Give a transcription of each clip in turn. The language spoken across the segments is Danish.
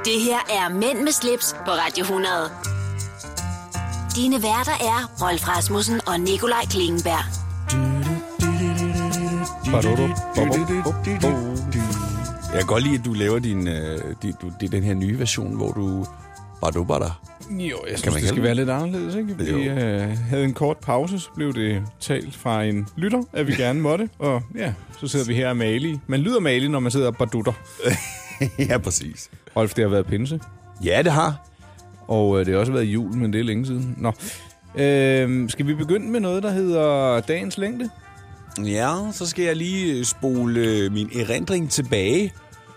Det her er Mænd med slips på Radio 100. Dine værter er Rolf Rasmussen og Nikolaj Klingenberg. Jeg kan godt lide, at du laver den her nye version, hvor du badubatter. Jo, jeg synes, det skal være lidt anderledes, ikke? Vi havde en kort pause, så blev det talt fra en lytter, at vi gerne måtte. Og ja, så sidder vi her og malige. Man lyder malige, når man sidder og badutter. Ja, præcis. Rolf, det har været pinse. Ja, det har. Og det har også været jul, men det er længe siden. Nå. Skal vi begynde med noget, der hedder dagens længde? Ja, så skal jeg lige spole min erindring tilbage.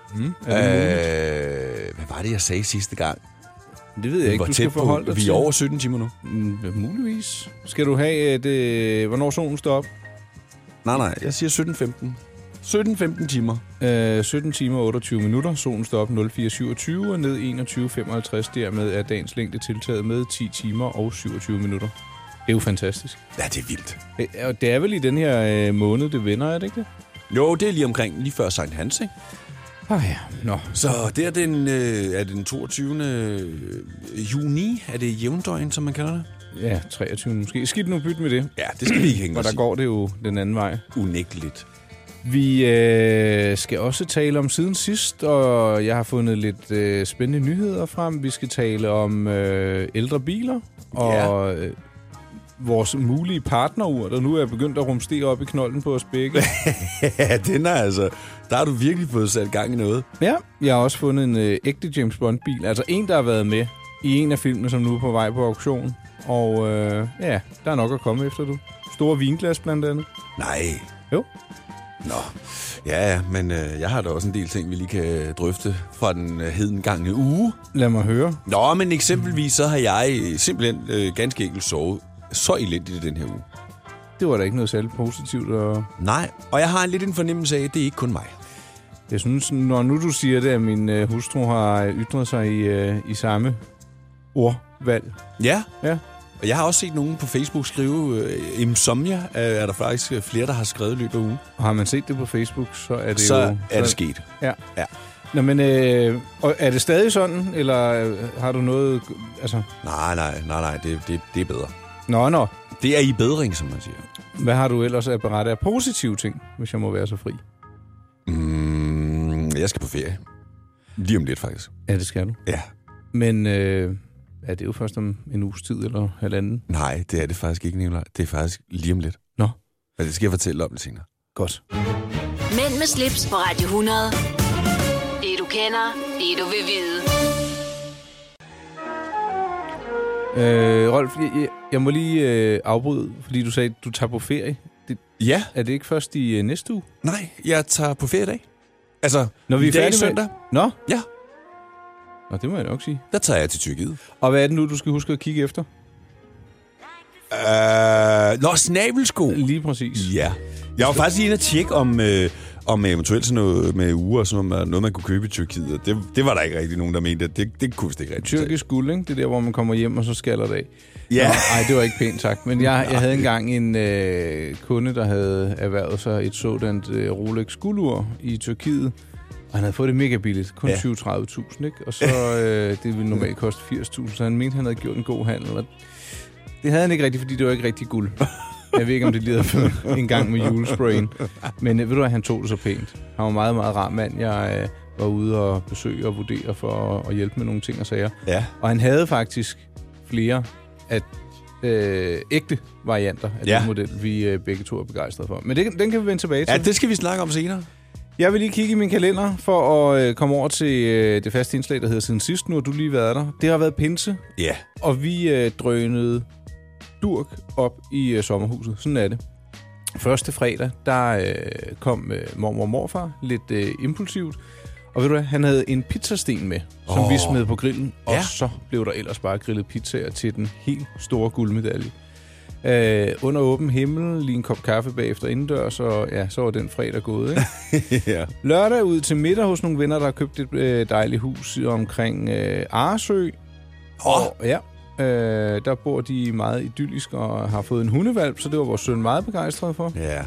Hvad var det, jeg sagde sidste gang? Det ved jeg ikke, du skal forholde dig til. Vi er over 17 timer nu. Muligvis. Skal du have hvornår solen står op? Nej, jeg siger 17.15. 17-15 timer. 17 timer og 28 minutter. Solen står op 04.27 og ned 21.55. Dermed er dagens længde tiltaget med 10 timer og 27 minutter. Det er jo fantastisk. Ja, det er vildt. Og det er vel i den her måned, det vender, er det ikke det? Jo, det er lige før Sankt Hans, ikke? Ja. Nå. Så det er den 22. juni. Er det jævndøgn, som man kalder det? Ja, 23 måske. Skidt nu bytte med det. Ja, det skal vi ikke hænge os i. Og der går det jo den anden vej. Unægteligt. Vi skal også tale om siden sidst, og jeg har fundet lidt spændende nyheder frem. Vi skal tale om ældre biler og vores mulige partnerur, der nu er begyndt at rumstere op i knolden på os begge. Ja, der har du virkelig fået sat gang i noget. Ja, jeg har også fundet en ægte James Bond-bil. Altså en, der har været med i en af filmene, som nu er på vej på auktion. Og der er nok at komme efter, du. Store vinglas blandt andet. Nej. Jo. Nå, ja, men jeg har da også en del ting, vi lige kan drøfte fra den hedengangne uge. Lad mig høre. Nå, men eksempelvis så har jeg simpelthen ganske enkelt sovet så elendigt i den her uge. Det var da ikke noget særligt positivt. Nej, og jeg har en fornemmelse af, at det er ikke kun mig. Jeg synes, når nu du siger det, at min hustru har ytret sig i samme ordvalg. Ja. Og jeg har også set nogen på Facebook skrive, insomnia er der faktisk flere, der har skrevet i løbet af ugen. Og har man set det på Facebook, så er det så er det sket. Ja. Nå, men og er det stadig sådan, eller har du noget... Altså... Nej, det er bedre. Nå. Det er i bedring, som man siger. Hvad har du ellers at berette af positive ting, hvis jeg må være så fri? Jeg skal på ferie. Lige om lidt, faktisk. Ja, det skal du. Ja. Men er det jo først om en uges tid eller halvanden? Nej, det er det faktisk ikke, Nicolaj. Det er faktisk lige om lidt. Nå. Men det skal jeg fortælle om det senere. Godt. Mænd med slips på Radio 100. Det du kender, det du vil vide. Rolf, jeg må lige afbryde, fordi du sagde, at du tager på ferie. Ja. Er det ikke først i næste uge? Nej, jeg tager på ferie i dag. Altså, når vi er færdige søndag. Nå? Ja. Nå, det må jeg nok sige. Der tager jeg til Tyrkiet. Og hvad er det nu, du skal huske at kigge efter? Snabelsko. Lige præcis. Ja. Jeg var faktisk inde at tjekke om eventuelt sådan noget med uger, sådan noget, man kunne købe i Tyrkiet. Det var der ikke rigtig nogen, der mente. Det kunne det ikke rigtig. Tyrkisk guld, ikke? Det er der, hvor man kommer hjem, og så skaller det af. Ja. Nej, det var ikke pænt sagt. Men jeg havde engang en kunde, der havde erhvervet sig et sådan Rolex guldur i Tyrkiet. Og han havde fået det mega billigt. Kun 20-30.000, ikke? Og så det ville normalt koste 80.000. Så han mente, han havde gjort en god handel. Og det havde han ikke rigtigt, fordi det var ikke rigtig guld. Jeg ved ikke, om det lige havde en gang med julesprayen. Men ved du hvad, han tog det så pænt. Han var meget, meget rar mand. Jeg var ude og besøge og vurdere for at hjælpe med nogle ting og sager. Ja. Og han havde faktisk flere af ægte varianter af den model, vi begge to er begejstrede for. Men den kan vi vende tilbage til. Ja, det skal vi snakke om senere. Jeg vil lige kigge i min kalender for at komme over til det faste indslag, der hedder Siden Sidst. Nu har du lige været der. Det har været pinse. Ja. Og vi drønede durk op i sommerhuset. Sådan er det. Første fredag, der kom mormor og morfar lidt impulsivt. Og ved du hvad, han havde en pizzasten med, som vi smed på grillen. Og så blev der ellers bare grillet pizzaer til den helt store guldmedalje. Under åben himmel, lige en kop kaffe bagefter indendørs, og så var den fredag gået, ikke? Ja. Lørdag ud til middag hos nogle venner, der har købt et dejligt hus omkring Aresø. Og der bor de meget idyllisk og har fået en hundevalp, så det var vores søn meget begejstret for. Ja.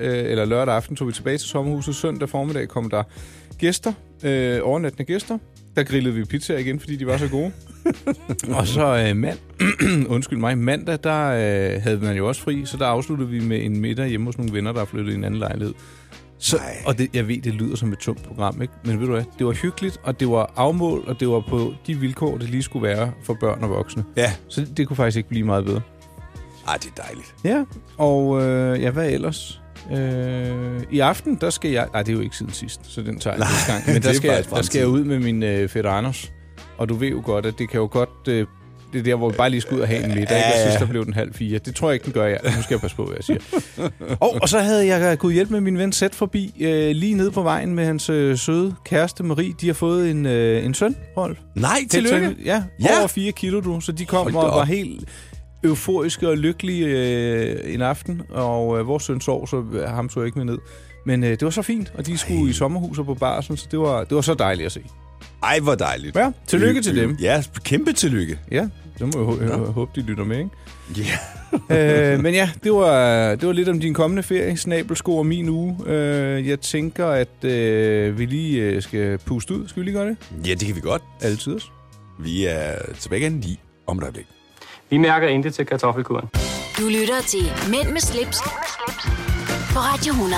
Lørdag aften tog vi tilbage til sommerhuset. Søndag formiddag kom der gæster, overnattende gæster. der grillede vi pizza igen, fordi de var så gode. Og så mandag, der havde man jo også fri, så der afsluttede vi med en middag hjemme hos nogle venner, der er flyttet i en anden lejlighed. Så, og jeg ved, det lyder som et tungt program, ikke? Men ved du hvad, det var hyggeligt, og det var afmål, og det var på de vilkår, det lige skulle være for børn og voksne. Ja. Så det kunne faktisk ikke blive meget bedre. Ej, det er dejligt. Ja, og hvad ellers? I aften, der skal jeg... Nej, det er jo ikke siden sidst, så den tager jeg næste gang. Men der skal jeg ud med min fætter Anders. Og du ved jo godt, at det kan jo godt... det er der, hvor vi bare lige skal ud og have en middag. Jeg synes, der blev den 3:30. Det tror jeg ikke, den gør jeg. Nu skal jeg passe på, hvad jeg siger. Og så havde jeg kunnet hjælpe med min ven Sæt forbi, lige nede på vejen med hans søde kæreste Marie. De har fået en søn, Rolf. Nej, tillykke. Ja, over 4 kilo, du. Så de kom og var helt euforiske og lykkelige en aften. Og vores søn sov, så ham så jeg ikke med ned. Men det var så fint, og de skulle i sommerhus og på barsen, så det var så dejligt at se. Ej, hvor dejligt. Ja, tillykke til dem. Ja, kæmpe tillykke. Ja, det må jeg håbe, de lytter med, ikke? Ja. Men ja, det var lidt om din kommende ferie, snabelsko og min uge. Jeg tænker, at vi lige skal puste ud. Skal vi lige gøre det? Ja, det kan vi godt. Altid. Vi er tilbage igen lige om et øjeblik. Vi mærker intet til kartoffelkuren. Du lytter til Mænd med slips på Radio 100.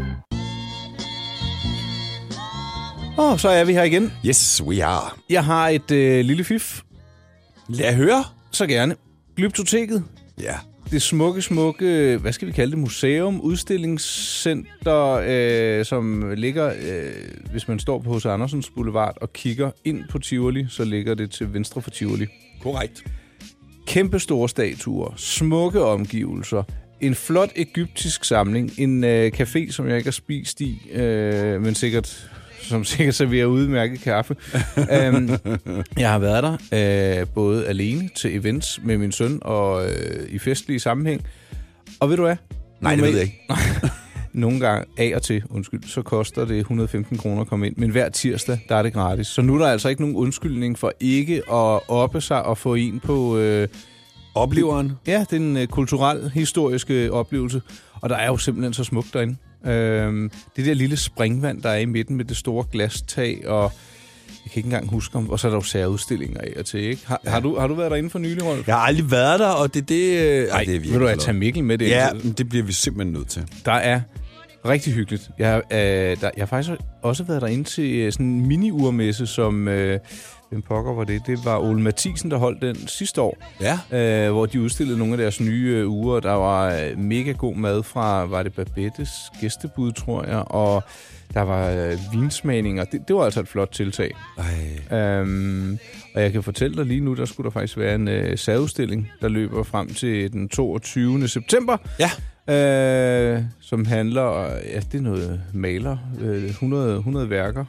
Så er vi her igen. Yes, we are. Jeg har et lille fif. Lad høre. Så gerne. Glyptoteket. Ja. Det smukke, hvad skal vi kalde det, museum, udstillingscenter, som ligger, hvis man står på H.C. Andersens Boulevard og kigger ind på Tivoli, så ligger det til venstre for Tivoli. Korrekt. Kæmpe store statuer, smukke omgivelser, en flot egyptisk samling, en café, som jeg ikke har spist i, men som sikkert serverer udmærket kaffe. Jeg har været der både alene til events med min søn og i festlige sammenhæng. Og ved du hvad? Nej, det ved jeg ikke. Nogle gange af og til, så koster det 115 kroner at komme ind. Men hver tirsdag, der er det gratis. Så nu er der altså ikke nogen undskyldning for ikke at oppe sig og få en på... Opleveren? Ja, den kulturelle, historiske oplevelse. Og der er jo simpelthen så smukt derinde. Det der lille springvand, der er i midten med det store glastag, og jeg kan ikke engang huske om, og så er der jo særudstillinger af og til, ikke? Har du været derinde for nylig, Rolf? Jeg har aldrig været der, og det... Nej, det er virkelig. vil du tage Mikkel med det? Ja, det bliver vi simpelthen nødt til. Der er rigtig hyggeligt. Jeg har faktisk også været derinde til sådan en mini-urmesse, som... Hvem pokker var det? Det var Ole Mathisen, der holdt den sidste år. Ja. Hvor de udstillede nogle af deres nye uger. Der var mega god mad fra, var det Babettes gæstebud, tror jeg, og der var vinsmagninger. Det var altså et flot tiltag. Og jeg kan fortælle dig lige nu, der skulle der faktisk være en særudstilling, der løber frem til den 22. september. Ja. Som handler, ja, det er noget maler, 100 værker.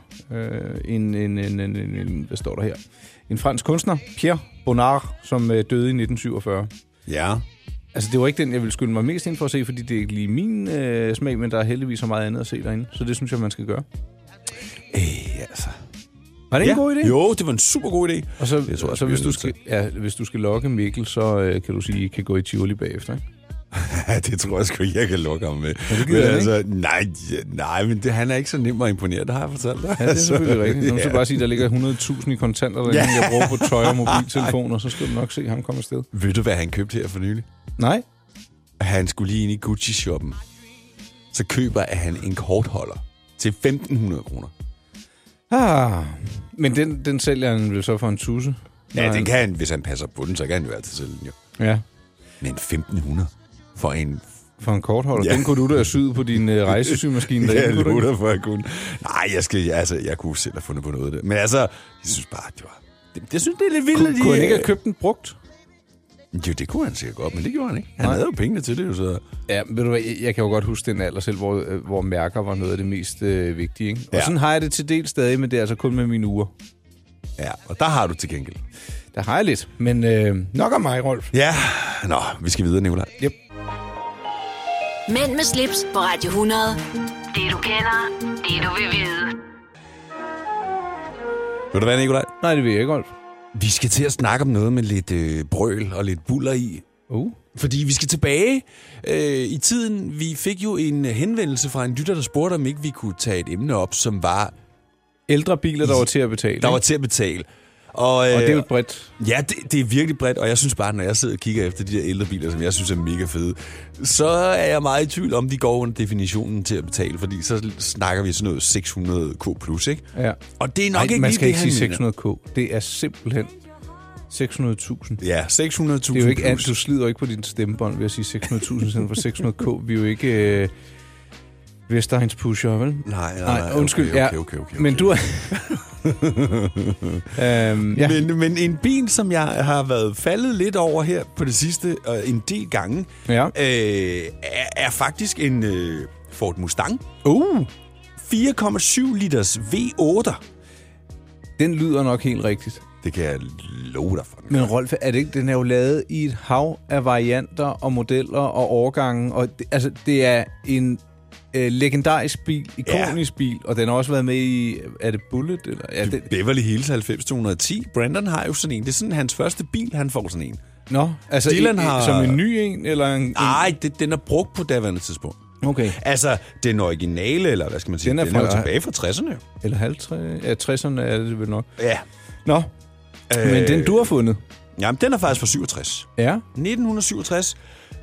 Hvad står der her? En fransk kunstner, Pierre Bonnard, som døde i 1947. Ja. Altså, det var ikke den, jeg ville skynde mig mest ind for at se, fordi det er ikke lige min smag, men der er heldigvis så meget andet at se derinde. Så det synes jeg, man skal gøre. Altså... Var det en god idé? Jo, det var en super god idé. Og så hvis du skal lokke Mikkel, så kan du sige, at I kan gå i Tivoli bagefter, ikke? Det tror jeg sgu, jeg kan lukke ham med. Ja, det gider men altså, nej, men han er ikke så nem at imponere, det har jeg fortalt dig. Ja, det er selvfølgelig rigtigt. Nu skal bare sige, at der ligger 100.000 i kontanter, der jeg bruger på tøj og mobiltelefoner, så skal du nok se ham komme afsted. Ved du, hvad han købte her for nylig? Nej. Han skulle lige ind i Gucci-shoppen. Så køber han en kortholder til 1.500 kroner. Men den sælger han vel så for en tusse? Ja, den kan han, hvis han passer på den, så kan han jo altid sælge den jo. Ja. Men 1.500 for en kortholder? Ja. Den kunne du da syde på din rejsesymaskine derinde. Ja, jeg lutter for at kunne. Nej, jeg kunne selv have fundet på noget af det. Men altså, jeg synes bare, det var... Jeg synes, det er lidt vildt. Kunne han ikke have købt den brugt? Jo, det kunne han sikkert godt, men det gjorde han ikke. Han havde jo pengene til det, jo så... Ja, ved du hvad, jeg kan jo godt huske den alder selv, hvor mærker var noget af det mest vigtige, ikke? Og sådan har jeg det til del stadig, men det er altså kun med mine uger. Ja, og der har du til gengæld. Der har jeg lidt, men nok om mig, Rolf. Ja, vi skal videre, Nicolaj. Yep. Mænd med slips på Radio 100. Det du kender, det du vil vide. Vil du være, Nicolaj? Nej, det vil jeg ikke, Rolf. Vi skal til at snakke om noget med lidt brøl og lidt buller i. Fordi vi skal tilbage i tiden. Vi fik jo en henvendelse fra en lytter, der spurgte, om ikke vi kunne tage et emne op, som var Ældre biler, der var til at betale. Der var til at betale. Og det er jo bredt. Ja, det er virkelig bredt, og jeg synes bare, når jeg sidder og kigger efter de der ældre biler, som jeg synes er mega fede, så er jeg meget i tvivl om, de går under definitionen til at betale, fordi så snakker vi sådan noget 600k+, ikke? Ja. Og det er nok ikke man lige skal det, ikke sige 600k. Det er simpelthen 600.000. Ja, 600.000. Det er jo ikke andet, du slider ikke på din stemmebånd ved at sige 600.000 i stedet for 600k. Vi er jo ikke Vestegns pusher, vel? Nej, undskyld. Okay. Men du er... ja. Men en bil, som jeg har været faldet lidt over her på det sidste, en del gange, er faktisk en Ford Mustang. 4,7 liters V8'er. Den lyder nok helt rigtigt. Det kan jeg love dig for. Men Rolf, er det ikke, den er jo lavet i et hav af varianter og modeller og årgange, og det er en legendarisk bil, ikonisk bil, og den har også været med i, er det Bullet? Eller? Ja, Beverly Hills 90210. Brandon har jo sådan en. Det er sådan hans første bil, han får sådan en. Nå, altså Dylan har... som en ny en? Eller Nej, den er brugt på daværende tidspunkt. Okay. Altså, den originale, eller hvad skal man sige, den er jo tilbage fra 60'erne. Eller 60'erne er det vel nok. Ja. Nå, men den du har fundet? Jamen, den er faktisk fra 67. Ja. 1967.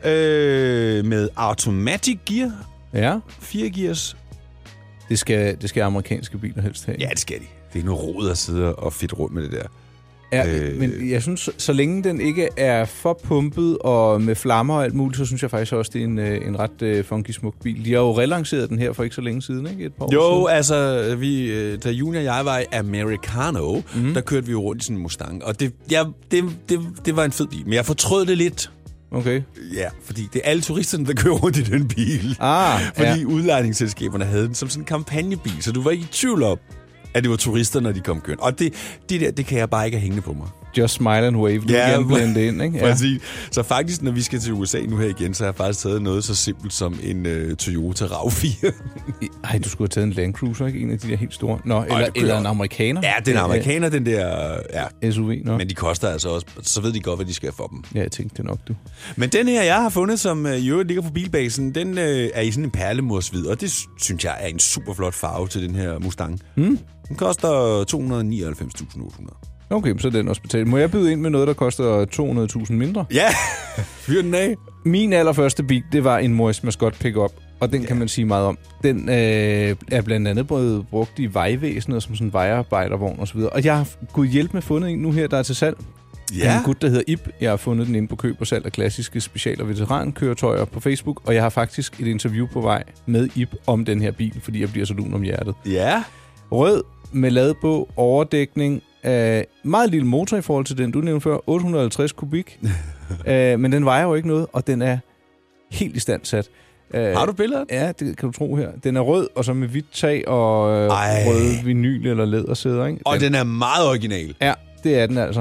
Med automatic gear. Ja. 4 gears. Det skal amerikanske biler helst have. Ja, det skal de. Det er noget rod at sidde og fedt rundt med det der. Ja, men jeg synes, så længe den ikke er for pumpet og med flammer og alt muligt, så synes jeg faktisk også, det er en ret funky smuk bil. De har jo relanceret den her for ikke så længe siden, ikke? Et par år siden. Altså, da Junior og jeg var i Americano, der kørte vi jo rundt i sådan en Mustang, og det var en fed bil, men jeg fortrød det lidt. Okay. Ja, fordi det er alle turisterne, der kører rundt i den bil. Fordi udlejningsselskaberne havde den som sådan en kampagnebil, så du var ikke i tvivl om, at det var turister, når de kom kørende. Og det kan jeg bare ikke have hængende på mig. Just smile and wave. Du kan blende ind, ikke? Ja. Så faktisk, når vi skal til USA nu her igen, så har jeg faktisk taget noget så simpelt som en Toyota RAV4. Ej, du skulle have taget en Land Cruiser, ikke? En af de der helt store. Nå, eller en amerikaner. Ja, den amerikaner, den der... Ja. SUV, nå. Men de koster altså også... Så ved de godt, hvad de skal for dem. Ja, jeg tænkte det nok, du. Men den her, jeg har fundet, som jo ligger på bilbasen, den er i sådan en perlemorshvid, og det synes jeg er en super flot farve til den her Mustang. Den koster 299.800. Okay, så er den også betalt. Må jeg byde ind med noget, der koster 200.000 mindre? Ja, fyr den af. Min allerførste bil, det var en Morris Mascot pickup, og den kan man sige meget om. Den er blandt andet både brugt i vejvæsenet som sådan en vejarbejdervogn osv. Og jeg har gået hjælp med fundet en nu her, der er til salg. Ja. En gut, der hedder Ib. Jeg har fundet den inde på køb og salg af klassiske special- og veterankøretøjer på Facebook, og jeg har faktisk et interview på vej med Ib om den her bil, fordi jeg bliver så lun om hjertet. Ja. Rød med ladebog, overdækning, meget lille motor i forhold til den, du nævnte før, 850 kubik, men den vejer jo ikke noget, og den er helt istandsat. Har du billeder? Ja, det kan du tro her. Den er rød, og så med hvidt tag og rød vinyl eller lædersæder, ikke? Og den er meget original. Ja, det er den altså.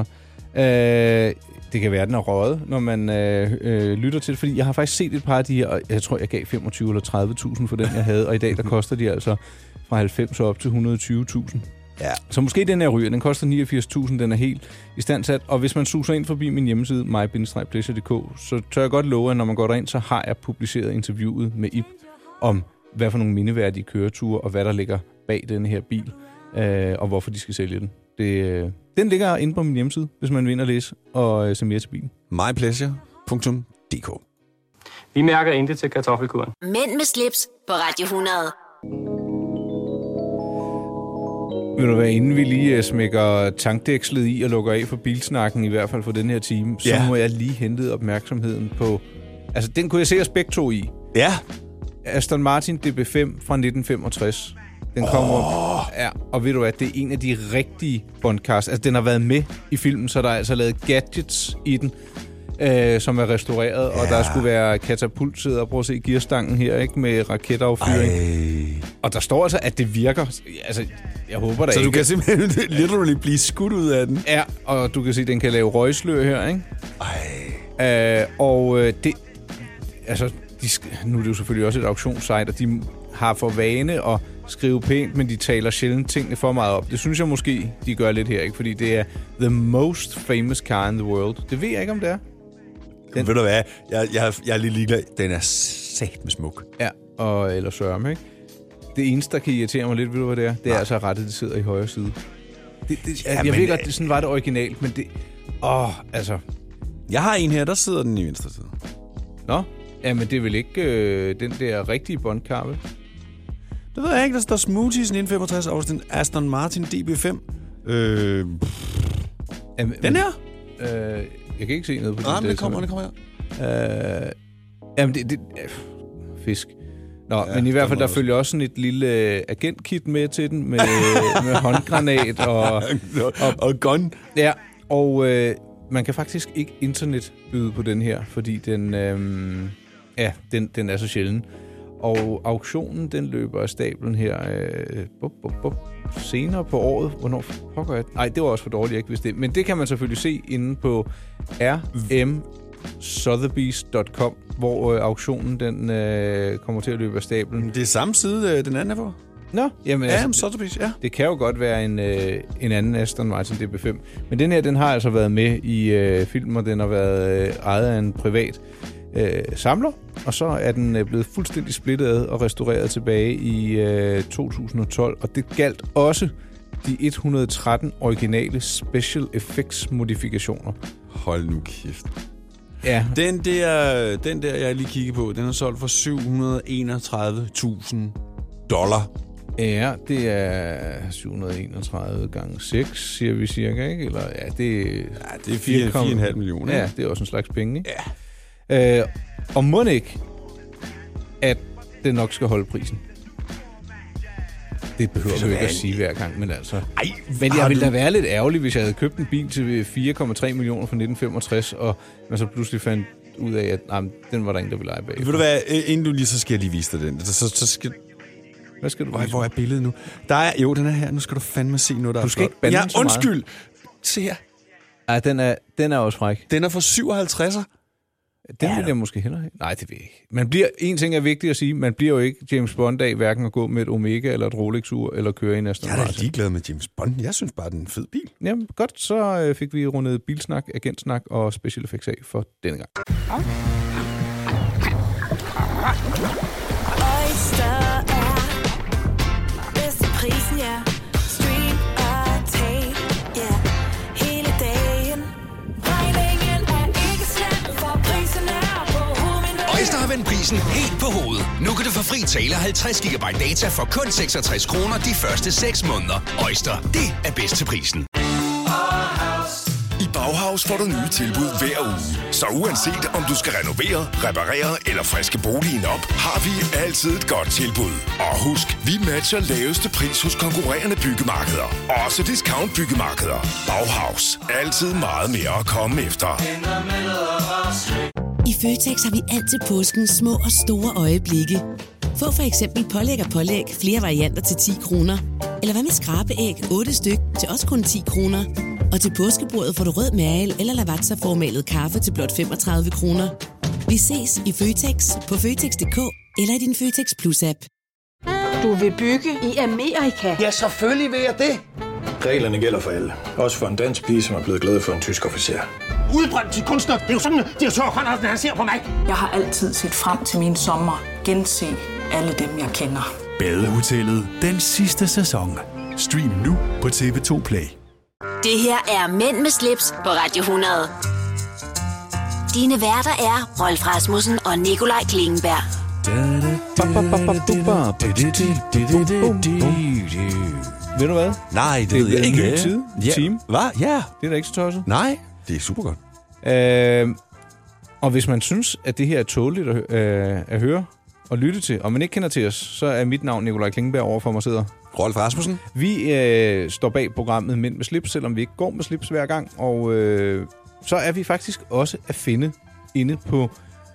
Det kan være, den er røget, når man lytter til det, fordi jeg har faktisk set et par af de her, og jeg tror, jeg gav 25 eller 30.000 for den, jeg havde, og i dag, der koster de altså fra 90 op til 120.000. Ja. Så måske den her ryger, den koster 89.000, den er helt istandsat, og hvis man suser ind forbi min hjemmeside, my-pleasure.dk, så tør jeg godt love, at når man går derind, så har jeg publiceret interviewet med Ib om, hvad for nogle mindeværdige køreture, og hvad der ligger bag denne her bil, og hvorfor de skal sælge den. Den ligger inde på min hjemmeside, hvis man vil ind og læse og se mere til bilen. mypleasure.dk. Vi mærker intet til kartoffelkuren. Mænd med slips på Radio 100. Vil du være, inden vi lige smækker tankdækslet i og lukker af for bilsnakken, i hvert fald for den her time, så må jeg lige hente opmærksomheden på... Altså, den kunne jeg se os begge to i. Ja. Aston Martin DB5 fra 1965. Den kommer... Ja, og ved du hvad, det er en af de rigtige Bondcars. Altså, den har været med i filmen, så der er altså lavet gadgets i den, som er restaureret, og der skulle være katapultsæder. Prøv at se gearstangen her, ikke? Med raketaffyring. Og der står altså, at det virker. Altså, jeg håber da så ikke... Så du kan simpelthen literally blive skudt ud af den? Ja, og du kan se, at den kan lave røgslør her, ikke? Det... Altså, nu er det jo selvfølgelig også et auktionssite, og de har for vane at skrive pænt, men de taler sjældent tingene for meget op. Det synes jeg måske, de gør lidt her, ikke? Fordi det er the most famous car in the world. Det ved jeg ikke, om det er. Ved du hvad? Jeg er lige ligeglad. Den er satme smuk. Ja, eller sørme, ikke? Det eneste, der kan irritere mig lidt, ved du hvad det er? Det er altså, at rettet sidder i højre side. Jeg ved godt, sådan var det originalt, men det... altså... Jeg har en her, der sidder den i venstre side. Nå? Jamen, det er vel ikke den der rigtige båndkabel? Det ved jeg ikke. Der står Smoothies 1965 og den Aston Martin DB5. Den her? Jeg kan ikke se noget på den. Det kommer her. Jamen, det fisk. Nå, ja, men i hvert fald, der følger også sådan et lille agentkit med til den, med håndgranat og gun. Ja, og man kan faktisk ikke internetbyde på den her, fordi den er så sjælden. Og auktionen, den løber af stablen her senere på året. Hvornår pågår jeg? Nej, det var også for dårligt, jeg ikke vidste det. Men det kan man selvfølgelig se inde på rmsotheby's.com, hvor auktionen den kommer til at løbe af stablen. Det er samme side, den anden er på? Nå, jamen Sotheby's, ja. Det kan jo godt være en anden Aston Martin DB5. Men den her, den har altså været med i filmen, og den har været ejet af en privat samler, og så er den blevet fuldstændig splittet og restaureret tilbage i 2012, og det galt også de 113 originale special effects modifikationer. Hold nu kæft. Ja. Den der, jeg lige kigger på, den er solgt for $731,000. Ja, det er 731 gange 6, siger vi cirka, ikke? Eller, det er 4,5 millioner. Ja, det er også en slags penge, ikke? Ja. Og må ikke, at det nok skal holde prisen. Det behøver du ikke at sige hver gang, men altså... Men jeg ville da være lidt ærgerlig, hvis jeg havde købt en bil til 4,3 millioner fra 1965, og man så pludselig fandt ud af, at den var der ingen, der ville eje bag. Ved du hvad, inden du lige, så skal jeg lige vise dig den. Så skal... Hvad skal du vise? Hvor er billedet nu? Der er, jo, den er her. Nu skal du fandme se noget, der du skal ikke bande den så meget. Undskyld. Se her. Ej, den er også fræk. Den er for 57'er. Den vil jeg måske hellere have. Nej, det ved jeg ikke. En ting er vigtigt at sige, man bliver jo ikke James Bond af hverken at gå med et Omega eller et Rolex-ur eller køre i en Aston Martin. Jeg er da ligeglad med James Bond. Jeg synes bare, det er en fed bil. Jamen godt, så fik vi rundet bilsnak, agentsnak og special effects af for denne gang. Oyster er bedst til prisen, ja. Stream og tag, ja. Hele dagen. Regningen er ikke slem, for prisen er på hovedet. Oyster har vendt prisen helt på hovedet. Nu kan du få fri tale 50 GB data for kun 66 kroner de første 6 måneder. Oyster, det er bedst til prisen. I Bauhaus får du nye tilbud hver uge. Så uanset om du skal renovere, reparere eller friske boligen op, har vi altid et godt tilbud. Og husk, vi matcher laveste pris hos konkurrerende byggemarkeder. Også discount byggemarkeder. Bauhaus. Altid meget mere at komme efter. I Føtex har vi altid påskens små og store øjeblikke. Få for eksempel pålæg og pålæg flere varianter til 10 kroner. Eller hvad med skrabeæg 8 styk til også kun 10 kroner. Og til påskebordet får du rød mal eller Lavazza-formalet kaffe til blot 35 kroner. Vi ses i Føtex på Føtex.dk eller i din Føtex Plus-app. Du vil bygge i Amerika? Ja, selvfølgelig vil jeg det. Reglerne gælder for alle. Også for en dansk pige, som er blevet glad for en tysk officer. Udbrændt til kunstner. Det er jo sådan, at direktør Conradsen, han ser på mig. Jeg har altid set frem til min sommer. Gense alle dem, jeg kender. Badehotellet. Den sidste sæson. Stream nu på TV2 Play. Det her er Mænd med slips på Radio 100. Dine værter er Rolf Rasmussen og Nikolaj Klingenberg. Ved du hvad? Nej, det ved jeg ikke. Det er en ny tid. Team. Hvad? Ja. Det er da ikke så tosset. Nej, det er super godt. Og hvis man synes, at det her er tåligt at høre og lytte til, og man ikke kender til os, så er mit navn Nikolaj Klingenberg, overfor mig sidder Rolf Rasmussen. Vi står bag programmet Mænd med slips, selvom vi ikke går med slips hver gang. Og så er vi faktisk også at finde inde på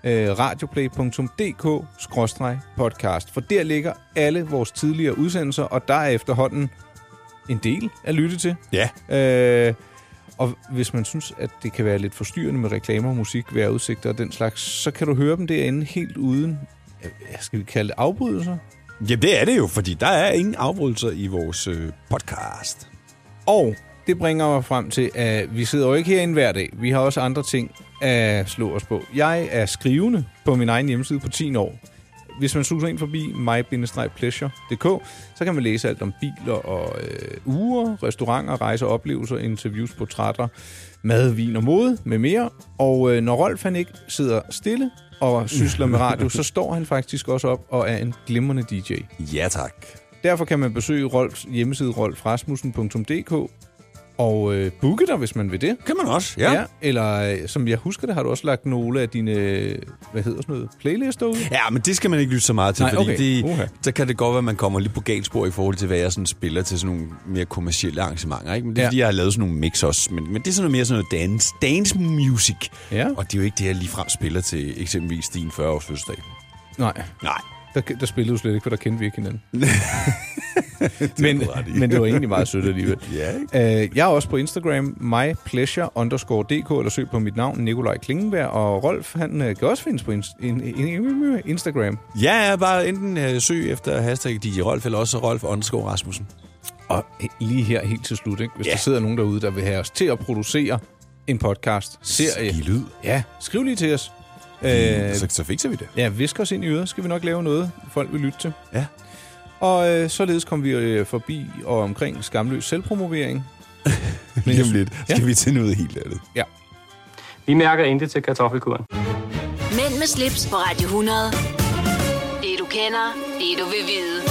radioplay.dk/podcast. For der ligger alle vores tidligere udsendelser, og der er efterhånden en del at lytte til. Ja. Og hvis man synes, at det kan være lidt forstyrrende med reklamer, musik, vejrudsigter og den slags, så kan du høre dem derinde helt uden, skal vi kalde det afbrydelser? Ja, det er det jo, fordi der er ingen afbrydelser i vores podcast. Og det bringer mig frem til, at vi sidder jo ikke herinde hver dag. Vi har også andre ting at slå os på. Jeg er skrivende på min egen hjemmeside på 10 år. hvis man suger ind forbi my-pleasure.dk, så kan man læse alt om biler og uger, restauranter, rejser, oplevelser, interviews, portrætter, mad, vin og mode med mere. Og når Rolf han ikke sidder stille og sysler med radio, så står han faktisk også op og er en glimrende DJ. Ja, tak. Derfor kan man besøge Rolfs hjemmeside rolfrasmussen.dk og booke dig, hvis man vil det. Kan man også, ja. Eller som jeg husker det, har du også lagt nogle af dine, hvad hedder sådan noget, playlister ud? Ja, men det skal man ikke lytte så meget til, Nej, fordi okay. så kan det godt være, at man kommer lidt på galt spor i forhold til, hvad jeg sådan spiller til sådan nogle mere kommercielle arrangementer. Ikke? Men det er, fordi jeg har lavet sådan nogle mix også. Men det er sådan noget mere sådan noget dance music. Ja. Og det er jo ikke det, jeg ligefrem spiller til eksempelvis din 40-års fødselsdag. Nej. Der spillede du slet ikke, for der kendte vi ikke hinanden. men det var egentlig meget sødt alligevel. Ja, jeg er også på Instagram, mypleasure_dk, eller søg på mit navn, Nikolaj Klingenberg. Og Rolf, han kan også findes på Instagram. Ja, bare enten søg efter hashtag DJ Rolf, eller også Rolf_Rasmussen. Og lige her helt til slut, ikke? Hvis der sidder nogen derude, der vil have os til at producere en podcast, serie. Giv lyd. Ja, skriv lige til os. Så fikser vi det. Ja, visk os ind i øret, skal vi nok lave noget, folk vil lytte til. Ja. Og således kom vi forbi og omkring skamløs selvpromovering. Lige om lidt skal vi til noget helt andet. Ja. Vi mærker intet til kartoffelkuren. Mænd med slips på Radio 100. Det du kender, det du vil vide.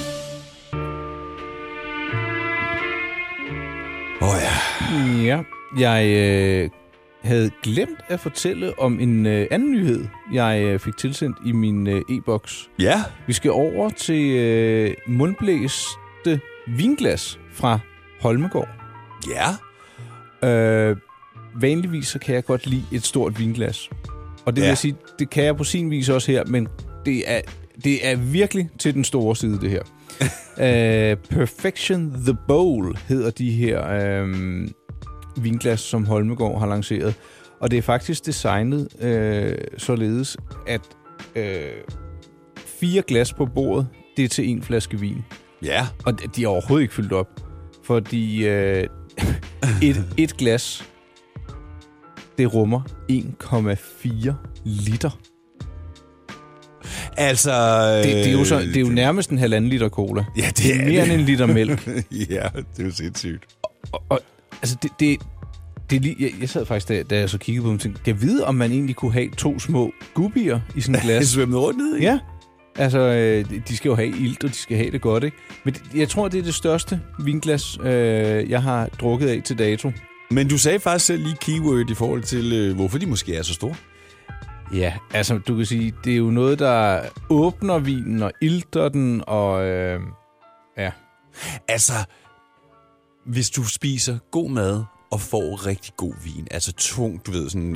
Ja, jeg havde glemt at fortælle om en anden nyhed, jeg fik tilsendt i min e-boks. Ja. Vi skal over til mundblæste vinglas fra Holmegaard. Ja. Vanligvis så kan jeg godt lide et stort vinglas. Og det vil jeg sige, det kan jeg på sin vis også her, men det er virkelig til den store side, det her. Perfection the Bowl hedder de her vinglas, som Holmegaard har lanceret. Og det er faktisk designet således, at 4 glas på bordet, det er til 1 flaske vin. Ja. Og de er overhovedet ikke fyldt op. Fordi et glas, det rummer 1,4 liter. Altså... Det er jo nærmest en 1,5 liter cola. Ja, det er mere end en liter mælk. Ja, det er jo sindssygt. Og altså, jeg sad faktisk, da jeg så kiggede på dem, og tænkte, kan jeg vide, om man egentlig kunne have 2 små gubbier i sådan et glas? Svømmet rundt ned i? Ja. Altså, de skal jo have ilt, og de skal have det godt, ikke? Men jeg tror, det er det største vinglas, jeg har drukket af til dato. Men du sagde faktisk selv lige keyword i forhold til, hvorfor de måske er så store. Ja, altså, du kan sige, det er jo noget, der åbner vinen og ilter den, og ja. Altså, hvis du spiser god mad og får rigtig god vin, altså tung, du ved, sådan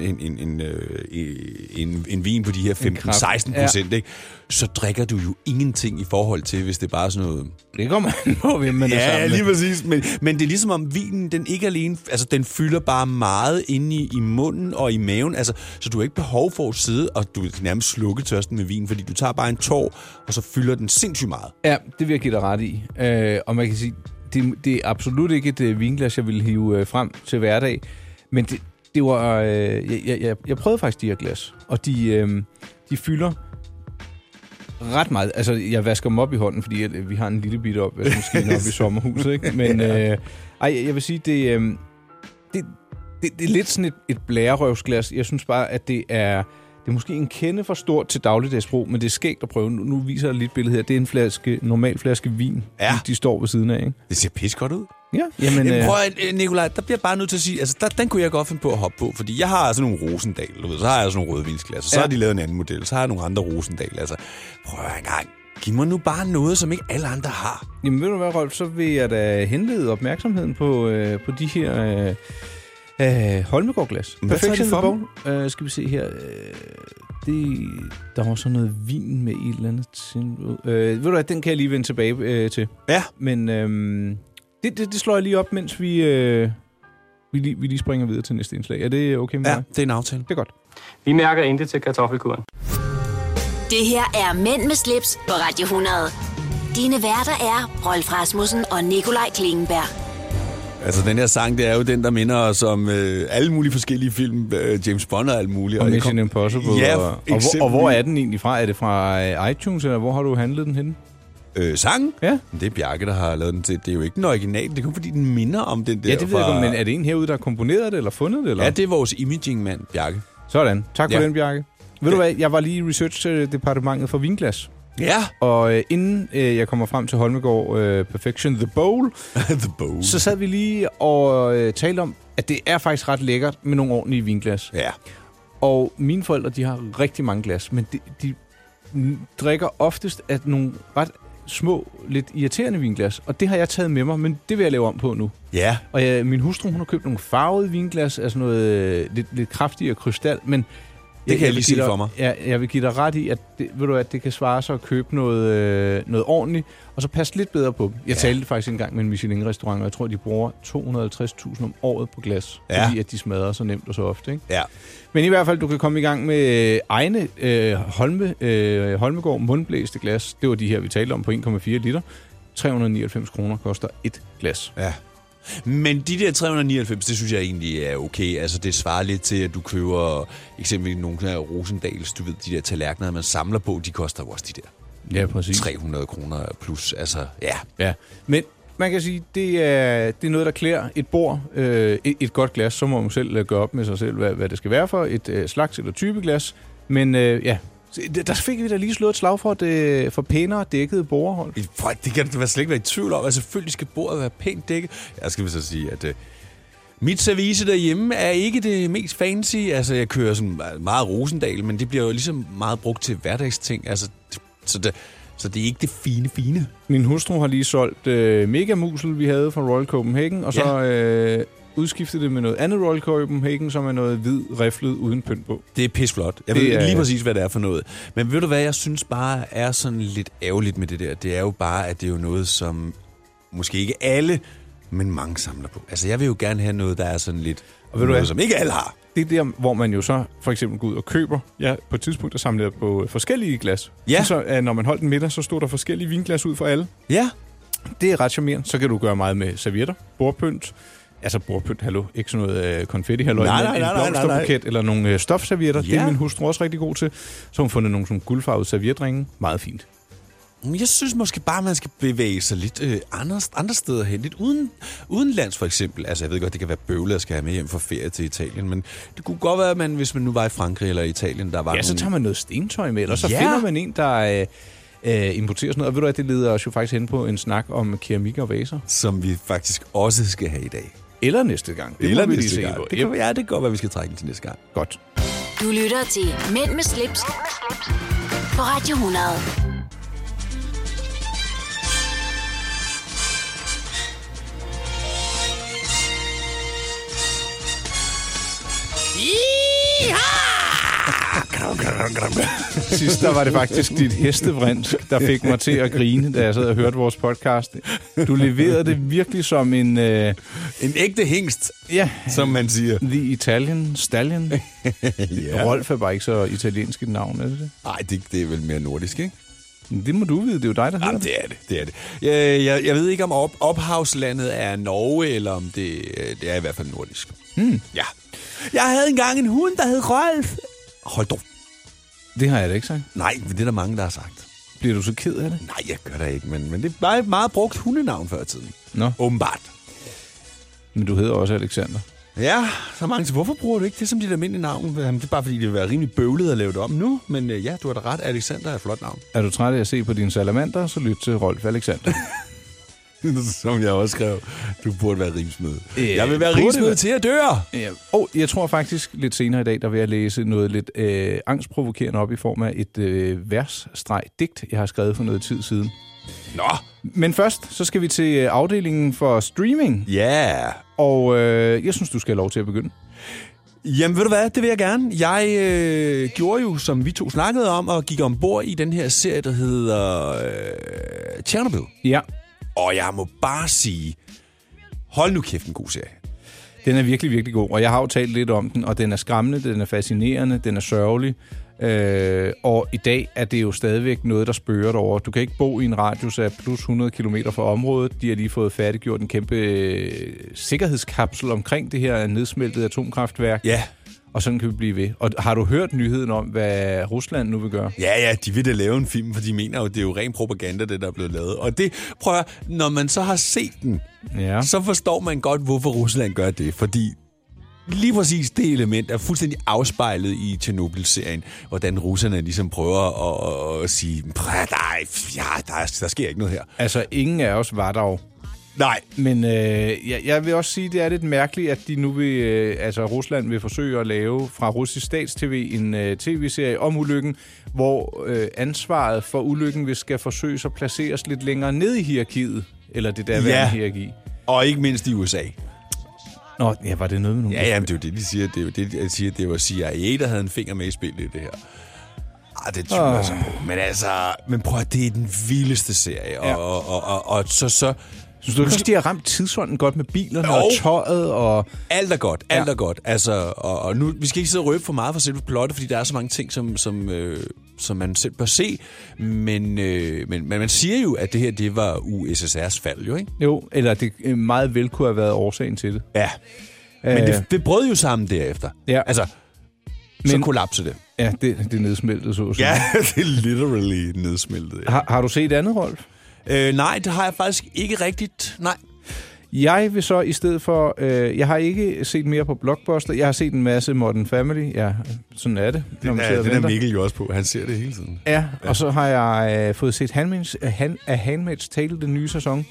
en vin på de her 15-16%, ikke? Så drikker du jo ingenting i forhold til, hvis det er bare sådan noget... Det kommer man på, hvem man er sammen med. Ja, lige præcis. Men det er ligesom om vinen, den ikke alene... Altså, den fylder bare meget inde i munden og i maven. Altså, så du har ikke behov for at sidde, og du vil nærmest slukke tørsten med vin, fordi du tager bare en tår, og så fylder den sindssygt meget. Ja, det vil jeg give dig ret i. Og man kan sige... Det er absolut ikke et vinglas, jeg vil hive frem til hverdag. Men det var... Jeg prøvede faktisk de her glas, og de fylder ret meget. Altså, jeg vasker dem op i hånden, fordi vi har en lille bitte opvaskemaskine oppe i sommerhuset, ikke? Men jeg vil sige, det er lidt sådan et blærerøvsglas. Jeg synes bare, at det er måske en kende for stort til dagligdagsbrug, men det er skægt at prøve. Nu viser jeg lidt billede her. Det er en normal flaske vin, de står ved siden af, ikke? Det ser pis godt ud. Ja, jamen... Prøv at, Nikolaj, der bliver bare nødt til at sige, altså den kunne jeg godt finde på at hoppe på, fordi jeg har altså nogle Rosendal, du ved, så har jeg sådan nogle rødvinsglas, og så har de lavet en anden model, så har jeg nogle andre Rosendal, altså prøv en gang. Giv mig nu bare noget, som ikke alle andre har. Jamen ved du hvad, Rolf, så vil jeg da henlede opmærksomheden på de her... Holmegaard-glas. Hvad tager de for dem? Skal vi se her. Der var så noget vin med et eller andet. Ved du hvad, den kan jeg lige vende tilbage til. Ja. Men det slår jeg lige op, mens vi lige springer videre til næste indslag. Er det okay med dig? Ja, det er en aftale. Det er godt. Vi mærker intet til kartoffelkuren. Det her er Mænd med slips på Radio 100. Dine værter er Rolf Rasmussen og Nikolaj Klingenberg. Altså, den her sang, det er jo den, der minder os om alle mulige forskellige film. James Bond og alt muligt. Og Mission Impossible. Ja, og hvor er den egentlig fra? Er det fra iTunes, eller hvor har du handlet den henne? Sangen? Ja. Det er Bjarke, der har lavet den til. Det er jo ikke den original. Det er kun fordi, den minder om den der. Ja, det ved jeg ikke, men er det en herude, der har komponeret det, eller fundet det? Eller? Ja, det er vores imaging-mand, Bjarke. Sådan. Tak for den, Bjarke. Ved du hvad, jeg var lige i research-departementet for vinglas. Ja. Og inden jeg kommer frem til Holmegaard Perfection The Bowl, The Bowl, så sad vi lige og talte om, at det er faktisk ret lækkert med nogle ordentlige vinglas. Ja. Og mine forældre, de har rigtig mange glas, men de drikker oftest af nogle ret små, lidt irriterende vinglas. Og det har jeg taget med mig, men det vil jeg lave om på nu. Ja. Og min hustru, hun har købt nogle farvede vinglas, altså noget lidt kraftigere krystal, men det kan jeg lige se for mig. Ja, jeg vil give dig ret i, at det kan svare sig at købe noget ordentligt, og så passe lidt bedre på dem. Jeg talte faktisk engang med en Michelin-restaurant, og jeg tror, de bruger 250.000 om året på glas, fordi at de smadrer så nemt og så ofte. Ikke? Ja. Men i hvert fald, du kan komme i gang med egne Holmegaard mundblæste glas. Det var de her, vi talte om på 1,4 liter. 399 kroner koster et glas. Ja. Men de der 399, det synes jeg egentlig er okay. Altså, det svarer lidt til, at du køber eksempelvis nogle af Rosendals, du ved, de der tallerkener, man samler på, de koster jo også de der. Ja, præcis. 300 kroner plus, altså, ja. Ja, men man kan sige, det er noget, der klæder et bord, et godt glas, så må man selv gøre op med sig selv, hvad det skal være for, et slags eller type glas. Men ja, der fik vi da lige slået et slag for pænere dækkede bordhold. Det kan du slet ikke være i tvivl om. Altså, selvfølgelig skal bordet være pænt dækket. Jeg skal så sige, at mit service derhjemme er ikke det mest fancy. Altså, jeg kører sådan meget Rosendal, men det bliver jo ligesom meget brugt til hverdagsting. Altså, så det er ikke det fine. Min hustru har lige solgt Megamusel, vi havde fra Royal Copenhagen, og så udskiftet det med noget andet Royal Copenhagen, som er noget hvid riflet uden pynt på. Det er pisflot. Jeg ved lige præcis, hvad det er for noget. Men ved du hvad, jeg synes bare er sådan lidt ærgerligt med det der. Det er jo bare, at det er jo noget, som måske ikke alle, men mange samler på. Altså, jeg vil jo gerne have noget, der er sådan lidt og ved noget, som ikke alle har. Det er der, hvor man jo så for eksempel går ud og køber. Ja, på et tidspunkt der samler jeg på forskellige glas. Ja. Så når man holdt en middag, så stod der forskellige vinglas ud for alle. Ja. Det er ret charmerende. Så kan du gøre meget med servietter, bordpynt. Altså bordpynt, ikke sådan noget konfetti, en blomsterbuket eller nogle stofservietter. Ja. Det er min hustru også rigtig god til. Så har hun fundet nogle sådan guldfarvede servietringe. Meget fint. Jeg synes måske bare, man skal bevæge sig lidt andre steder hen. Lidt udenlands for eksempel. Altså, jeg ved godt, det kan være bøvlet at skal have med hjem for ferie til Italien, men det kunne godt være, at man, hvis man nu var i Frankrig eller Italien, der var så tager man noget stentøj med, og så finder man en, der importerer sådan noget. Og ved du at det leder os jo faktisk hen på en snak om keramik og vaser. Som vi faktisk også skal have i dag. Eller næste gang. Det eller næste gang. Det kan godt være, vi skal trække den til næste gang. Godt. Du lytter til Mænd med slips på Radio 100. Sidst der var det faktisk dit hestevrinsk, der fik mig til at grine, da jeg sad og hørte vores podcast. Du leverede det virkelig som en ægte hingst, som man siger. The Italian Stallion. Rolf er bare ikke så italiensk et navn, er det det? Nej, det er vel mere nordisk, ikke? Det må du vide, det er jo dig, der hedder det er det. Jeg ved ikke, om ophavslandet er Norge, eller om det er i hvert fald nordisk. Ja. Jeg havde engang en hund, der hed Rolf. Hold dog. Det har jeg da ikke sagt. Nej, det er der mange, der har sagt. Bliver du så ked af det? Nej, jeg gør det ikke, men det er bare et meget brugt hundenavn før i tiden. Nå. Åbenbart. Men du hedder også Alexander. Ja, så mange til. Hvorfor bruger du ikke det som dit almindelige navn? Det er bare fordi, det vil være rimelig bøvlet at lave det om nu. Men ja, du har da ret. Alexander er et flot navn. Er du træt af at se på dine salamander, så lyt til Rolf Alexander. Som jeg også skrev, du burde være rimsmed. Jeg vil være rimsmed til at dø. Ja. Og jeg tror faktisk lidt senere i dag, der vil jeg læse noget lidt angstprovokerende op i form af et vers-digt, jeg har skrevet for noget tid siden. Nå! Men først, så skal vi til afdelingen for streaming. Ja! Yeah. Og jeg synes, du skal have lov til at begynde. Jamen, ved du hvad? Det vil jeg gerne. Jeg gjorde jo, som vi to snakkede om, og gik ombord i den her serie, der hedder Chernobyl. Ja. Og jeg må bare sige, hold nu kæft, en god serie. Den er virkelig, virkelig god, og jeg har jo talt lidt om den, og den er skræmmende, den er fascinerende, den er sørgelig. Og i dag er det jo stadigvæk noget, der spørger derovre. Du kan ikke bo i en radius af plus 100 km fra området. De har lige fået færdiggjort en kæmpe sikkerhedskapsel omkring det her nedsmeltede atomkraftværk. Ja. Og sådan kan vi blive ved. Og har du hørt nyheden om, hvad Rusland nu vil gøre? Ja, de vil da lave en film, for de mener jo, det er jo ren propaganda, det der er blevet lavet. Og det, prøv at, når man så har set den, så forstår man godt, hvorfor Rusland gør det. Fordi lige præcis det element er fuldstændig afspejlet i Tjernobyl-serien, hvordan russerne ligesom prøver at sige, der sker ikke noget her. Altså, ingen af os var der jo. Nej. Men jeg vil også sige, det er lidt mærkeligt, at de nu vil, Rusland vil forsøge at lave fra russisk stats-tv en tv-serie om ulykken, hvor ansvaret for ulykken skal forsøges at placeres lidt længere ned i hierarkiet, eller det derværende hierarki. Og ikke mindst i USA. Nå, ja, var det noget med nogen? Ja, men det er jo det, de siger. Det er jo det, de siger, det var CIA, der havde en finger med i spillet i det her. Det tvivler jeg så på. Men prøv at det er den vildeste serie. Ja. Og så synes du ikke, de har ramt tidsånden godt med bilerne og tøjet og... Alt er godt, alt er godt. Altså, og nu, vi skal ikke sidde og røbe for meget for selve plottet, fordi der er så mange ting, som man selv bør se. Men man siger jo, at det her, det var USSR's fald, jo, ikke? Jo, eller det meget vel kunne have været årsagen til det. Ja, men det brød jo sammen derefter. Ja. Altså, så kollapsede det. Ja, det nedsmeltede så. Ja, det er literally nedsmeltet. Ja. Har du set andet, Rolf? Nej, det har jeg faktisk ikke rigtigt. Nej. Jeg vil så i stedet for... jeg har ikke set mere på Blockbuster. Jeg har set en masse Modern Family. Ja, sådan er det. Det er Mikkel jo også på. Han ser det hele tiden. Ja, og så har jeg fået set Handmaid's Tale, den nye sæson.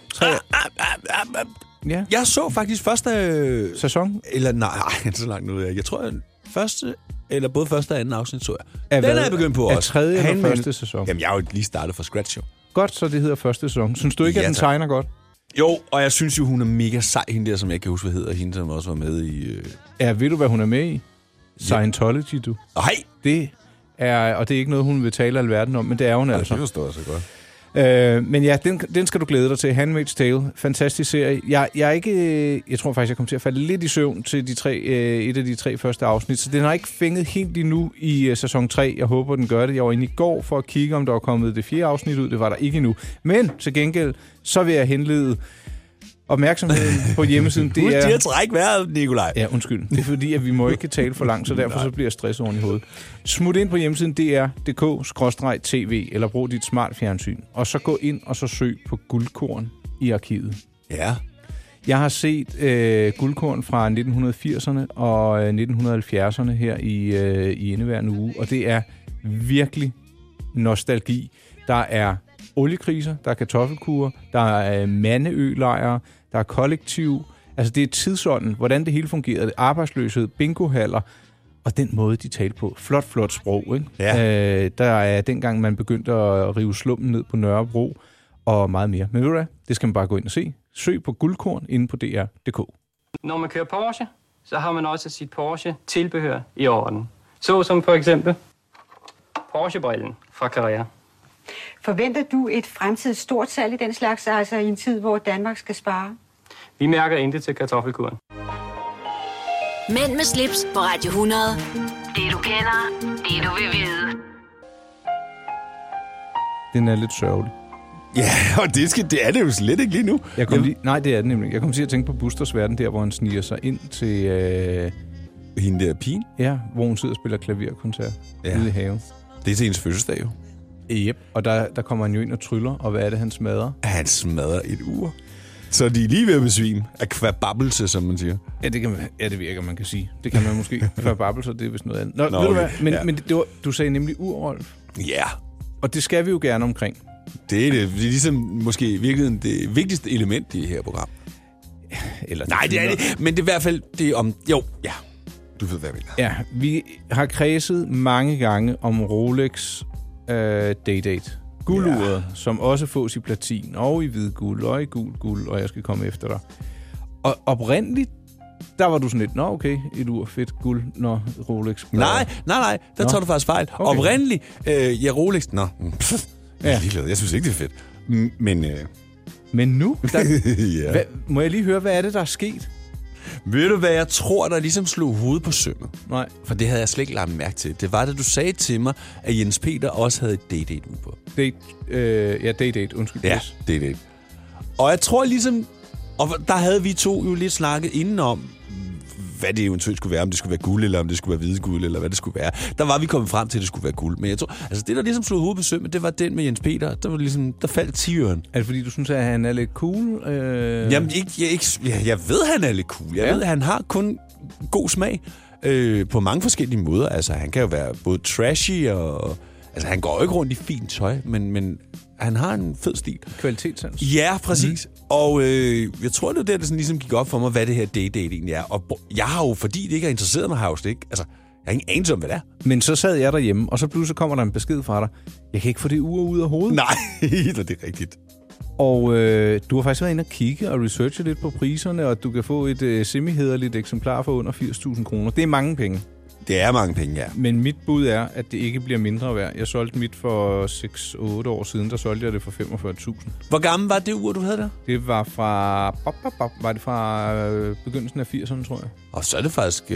Ja. Jeg så faktisk første... sæson? Eller nej, så langt ud af. Jeg tror, både første og anden afsnit så jeg. Den er jeg begyndt på også. Er tredje eller første sæson? Jamen, jeg har jo lige startet fra scratch, jo. Godt, så det hedder første sæson. Synes du ikke, at den tegner godt? Jo, og jeg synes jo, hun er mega sej, hende der, som jeg ikke kan huske, hvad hedder, hende, som også var med i... Ja, ved du, hvad hun er med i? Scientology, du. Nej! Det er, og det er ikke noget, hun vil tale alverden om, men det er hun altså. Det forstår jeg så godt. Men ja, den skal du glæde dig til. Handmaid's Tale. Fantastisk serie. Jeg tror faktisk, jeg kommer til at falde lidt i søvn til et af de 3 første afsnit, så den har ikke fænget helt endnu i sæson 3. Jeg håber, den gør det. Jeg var inde i går for at kigge, om der var kommet det 4. afsnit ud. Det var der ikke endnu. Men til gengæld, så vil jeg henlede opmærksomheden på hjemmesiden. Det er træk vejret, Nikolaj. Ja, undskyld. Det er fordi, at vi må ikke tale for langt, så derfor så bliver jeg stresset oven i hovedet. Smut ind på hjemmesiden dr.dk/tv, eller brug dit smart fjernsyn. Og så gå ind og så søg på Guldkorn i arkivet. Ja. Jeg har set Guldkorn fra 1980'erne og 1970'erne her i indeværende uge, og det er virkelig nostalgi. Der er oliekriser, der er kartoffelkurer, der er mandeølejre, der er kollektiv. Altså det er tidsånden, hvordan det hele fungerede. Arbejdsløshed, bingohaller, og den måde, de talte på. Flot sprog, ikke? Ja. Der er dengang, man begyndte at rive slummen ned på Nørrebro, og meget mere. Men ved du hvad? Det skal man bare gå ind og se. Søg på Guldkorn inde på dr.dk. Når man kører Porsche, så har man også sit Porsche-tilbehør i orden. Så som for eksempel Porsche-brillen fra Carrera. Forventer du et fremtidigt stort salg i den slags, altså i en tid, hvor Danmark skal spare? Vi mærker intet til kartoffelkuren. Mænd med slips på Radio 100. Det du kender, det du vil vide. Den er lidt sørgelig. Ja, og det er det jo slet ikke lige nu. Nej, det er det nemlig. Jeg kom til at tænke på Busters verden, der hvor han sniger sig ind til... hende der pigen? Ja, hvor hun sidder og spiller klaverkoncert ude i haven. Det er til hendes fødselsdag jo. Yep. Og der kommer han jo ind og tryller, og hvad er det, han smadrer? Han smadrer et ur. Så de er lige ved at besvime. Akvababbelse, som man siger. Ja, det virker, man kan sige. Det kan man måske. Akvababbelse, det er vist noget andet. Nå, ved du hvad? Men du sagde nemlig ur, Rolf. Ja. Og det skal vi jo gerne omkring. Det er ligesom måske i virkeligheden det vigtigste element i det her program. Eller nej, det er det. Men det er i hvert fald det om... Jo, ja. Du ved, hvad jeg vil. Ja, vi har kredset mange gange om Rolex Day-Date. Gulduret, som også fås i platin, og i hvid guld, og i guld, og jeg skal komme efter dig. Og oprindeligt, der var du sådan lidt, okay, et ur, fedt, guld, Rolex. Nej, der tager du faktisk fejl. Okay. Oprindeligt, Rolex, ja. Jeg synes ikke, det er fedt. Men nu? ja. Må jeg lige høre, hvad er det, der er sket? Ved du, hvad jeg tror, der ligesom slog hovedet på sømmet? Nej. For det havde jeg slet ikke lagt mærke til. Det var, da du sagde til mig, at Jens Peter også havde et date ude på. Date, undskyld. Ja, date. Og jeg tror ligesom... Og der havde vi to jo lidt snakket inden om, hvad det eventuelt skulle være, om det skulle være guld, eller om det skulle være hvide guld, eller hvad det skulle være. Der var vi kommet frem til, at det skulle være guld. Men jeg tror, altså det, der ligesom slog hovedet på sømmet, det var den med Jens Peter. Der var ligesom, der faldt 10'eren. Er det fordi, du synes, at han er lidt cool? Jamen, jeg ved, han er lidt cool. Jeg ved, at han har kun god smag på mange forskellige måder. Altså, han kan jo være både trashy og... Altså, han går jo ikke rundt i fint tøj, men han har en fed stil. Kvalitetssans. Ja, præcis. Og jeg tror, det var der, det sådan ligesom gik op for mig, hvad det her date egentlig er. Og jeg har jo, fordi det ikke er interesseret mig, har ikke. Altså, jeg har ingen anelse om, hvad det er. Men så sad jeg derhjemme, og så pludselig kommer der en besked fra dig. Jeg kan ikke få det ur ud af hovedet. Nej, det er rigtigt. Og du har faktisk været inde og kigge og researche lidt på priserne, og du kan få et semi-hæderligt eksemplar for under 80.000 kroner. Det er mange penge. Det er mange penge, ja. Men mit bud er, at det ikke bliver mindre værd. Jeg solgte mit for 6-8 år siden, der solgte jeg det for 45.000. Hvor gammel var det ur, du havde der? Det var fra... Var det fra begyndelsen af 80'erne, tror jeg. Og så er det faktisk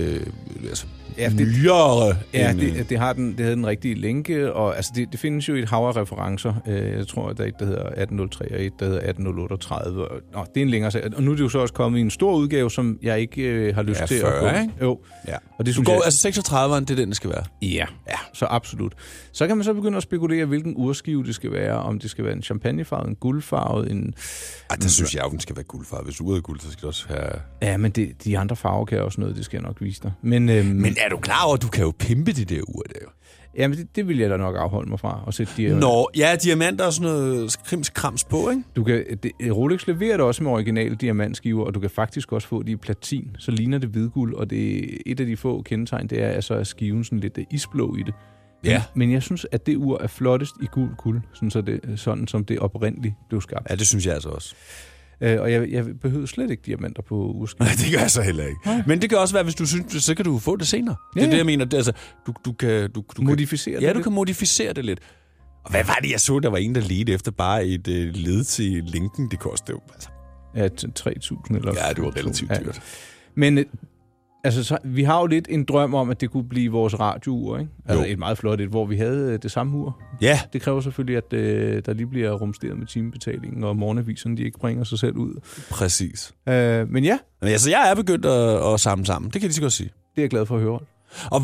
nyere. Ja, det havde den rigtige lænke, og altså det findes jo et hav af referencer. Jeg tror, der er et, der hedder 1803, og et, der hedder 1838. Det er en længere sag. Og nu er det jo så også kommet i en stor udgave, som jeg ikke har lyst til 40, at gå. Ikke? Jo. Ja. Og det du går, altså 36'eren, det er den, det skal være? Ja, så absolut. Så kan man så begynde at spekulere, hvilken urskive det skal være. Om det skal være en champagnefarvet, en guldfarvet, en... der synes jeg jo, den skal være guldfarvet. Hvis uret er guld, så skal det også have... Ja, men de andre farver kan også noget, det skal jeg nok vise dig. Men er du klar over, at du kan jo pimpe de der ur der jo? Jamen, det vil jeg da nok afholde mig fra. At sætte diamanter og sådan noget krimskrams på, ikke? Rolex leverer det også med originale diamantskiver, og du kan faktisk også få de i platin. Så ligner det hvidguld, og det er et af de få kendetegn, det er, at så er skiven sådan lidt isblå i det. Ja. Men jeg synes, at det ur er flottest i guld, sådan som det oprindeligt blev skabt. Ja, det synes jeg altså også. Og jeg behøver slet ikke diamanter på urskiven. Nej, det gør jeg så heller ikke. Nej. Men det kan også være, hvis du synes, så kan du få det senere. Ja. Det er det, jeg mener. Det, altså, du kan modificere det. Ja, du kan modificere det lidt. Og hvad var det, jeg så? Der var en, der ledte efter bare et led til linken. Det kostede jo altså... Ja, 3.000 eller... Ja, det var relativt dyrt. Ja. Men... Altså, vi har jo lidt en drøm om, at det kunne blive vores radiour, ikke? Altså et meget flot et, hvor vi havde det samme ur. Ja. Det kræver selvfølgelig, at der lige bliver rumsteret med timebetalingen, og morgenaviserne, de ikke bringer sig selv ud. Præcis. Men ja. Men altså, jeg er begyndt at samle sammen. Det kan jeg lige så godt sige. Det er jeg glad for at høre. Og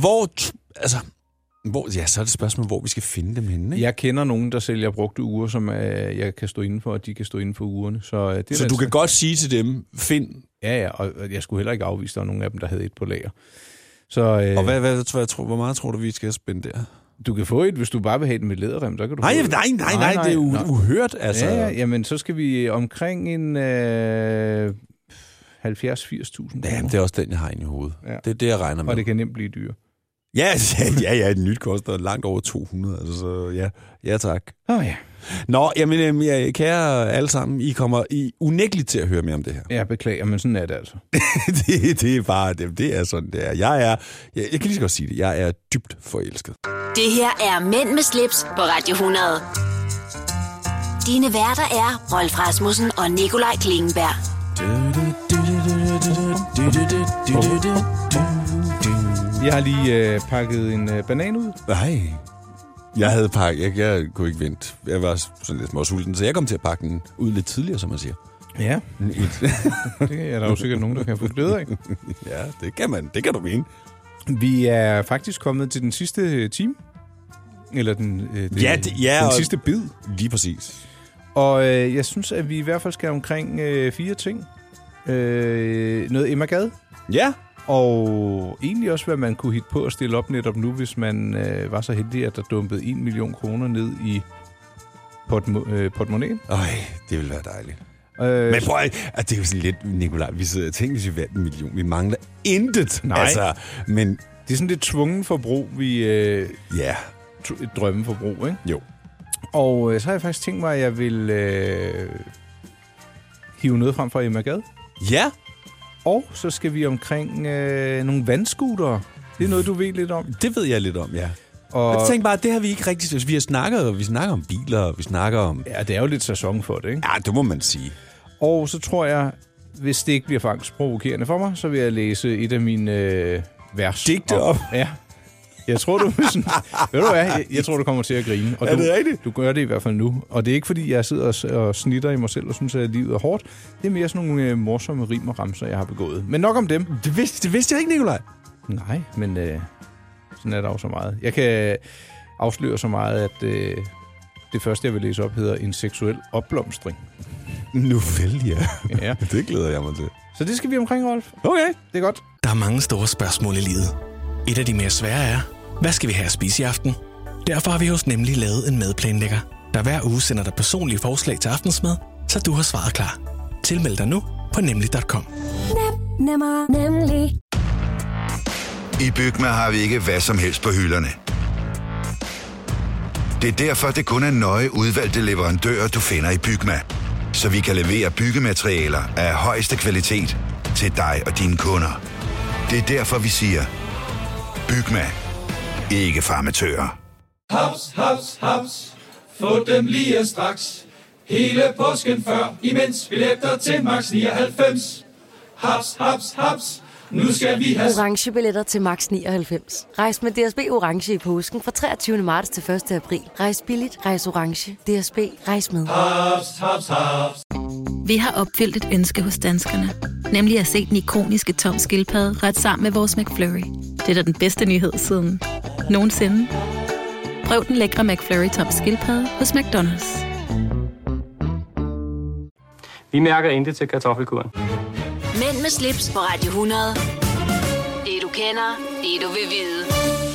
så er det spørgsmål, hvor vi skal finde dem henne, ikke? Jeg kender nogen, der sælger brugte ure, som jeg kan stå inden for, og de kan stå inden for urene. Så du kan godt sige til dem, find... Ja, og jeg skulle heller ikke afvise, der var nogen af dem, der havde et på lager. Så, og hvor meget tror du, vi skal spænde der? Du kan få et, hvis du bare vil have den med læderrem, så kan du nej, få det. Nej, det er jo uhørt, altså. Ja, jamen så skal vi omkring en 70-80.000 kroner. Ja, det er også den, jeg har inde i hovedet. Ja. Det er det, jeg regner med. Og det kan nemt blive dyre. Ja, et nyt koster langt over 200, altså så ja tak. Ja. Nå, jamen, kære alle sammen, I kommer unægteligt til at høre mere om det her. Ja, beklager, men sådan er det altså. det er bare, det er sådan, det er. Jeg kan lige så godt sige det, jeg er dybt forelsket. Det her er Mænd med slips på Radio 100. Dine værter er Rolf Rasmussen og Nikolaj Klingenberg. Jeg har lige pakket en banan ud. Nej. Jeg havde pakket, jeg kunne ikke vente. Jeg var sådan lidt småsulten, så jeg kom til at pakke den ud lidt tidligere, som man siger. Ja. Det er der jo sikkert nogen, der kan få glæde af. Ja, det kan du mene. Vi er faktisk kommet til den sidste time. Eller den sidste bid. Lige præcis. Og jeg synes, at vi i hvert fald skal omkring 4 ting. Noget Emma Gad. Ja. Og egentlig også, hvad man kunne hitte på at stille op netop nu, hvis man var så heldig, at der dumpede 1 million kroner ned i portemonnaien. Det ville være dejligt. Men prøv at det er jo sådan lidt, Nikolaj, vi sidder og tænker, hvis vi vandt 1 million, vi mangler intet. Nej, altså, men det er sådan lidt tvungen forbrug, vi... et drømmeforbrug, ikke? Jo. Og så har jeg faktisk tænkt mig, at jeg vil hive noget frem fra Emma Gad. Ja. Og så skal vi omkring nogle vandscootere. Det er noget, du ved lidt om. Det ved jeg lidt om, ja. Og jeg tænker bare, det har vi ikke rigtig... Vi snakker om biler, vi snakker om... Ja, det er jo lidt sæson for det, ikke? Ja, det må man sige. Og så tror jeg, hvis det ikke bliver for angstprovokerende for mig, så vil jeg læse et af mine vers. Digte op? Ja. Jeg tror, du sådan, ved du hvad? Jeg tror, du kommer til at grine. Og er det rigtigt? Du gør det i hvert fald nu. Og det er ikke, fordi jeg sidder og snitter i mig selv og synes, at livet er hårdt. Det er mere sådan nogle morsomme rim og ramser, jeg har begået. Men nok om dem. Det vidste jeg ikke, Nikolaj. Nej, men sådan er der jo så meget. Jeg kan afsløre så meget, at det første, jeg vil læse op, hedder en seksuel opblomstring. Nu vel, ja. Det glæder jeg mig til. Så det skal vi omkring, Rolf. Okay. Det er godt. Der er mange store spørgsmål i livet. Et af de mere svære er, hvad skal vi have at spise i aften? Derfor har vi hos Nemlig lavet en madplanlægger, der hver uge sender dig personlige forslag til aftensmad, så du har svaret klar. Tilmeld dig nu på nemlig.com. Nemmer, nemlig. I Bygma har vi ikke hvad som helst på hylderne. Det er derfor, det kun er nøje udvalgte leverandører, du finder i Bygma. Så vi kan levere byggematerialer af højeste kvalitet til dig og dine kunder. Det er derfor, vi siger, Bygma. Ikke farmatører. Haps, haps, haps. Få dem lige straks. Hele påsken før, imens billetter til max 99. Haps, haps, haps. Nu skal vi have orange billetter til max 99. Rejs med DSB orange i påsken fra 23. marts til 1. april. Rejs billigt, rejs orange. DSB, rejs med. haps, haps, haps. Vi har opfyldt et ønske hos danskerne. Nemlig at se den ikoniske Tom Skildpadde ret sammen med vores McFlurry. Det er da den bedste nyhed siden nogensinde. Prøv den lækre McFlurry Tom Skildpadde hos McDonald's. Vi mærker intet til kartoffelkuren. Mænd med slips på Radio 100. Det du kender, det du vil vide.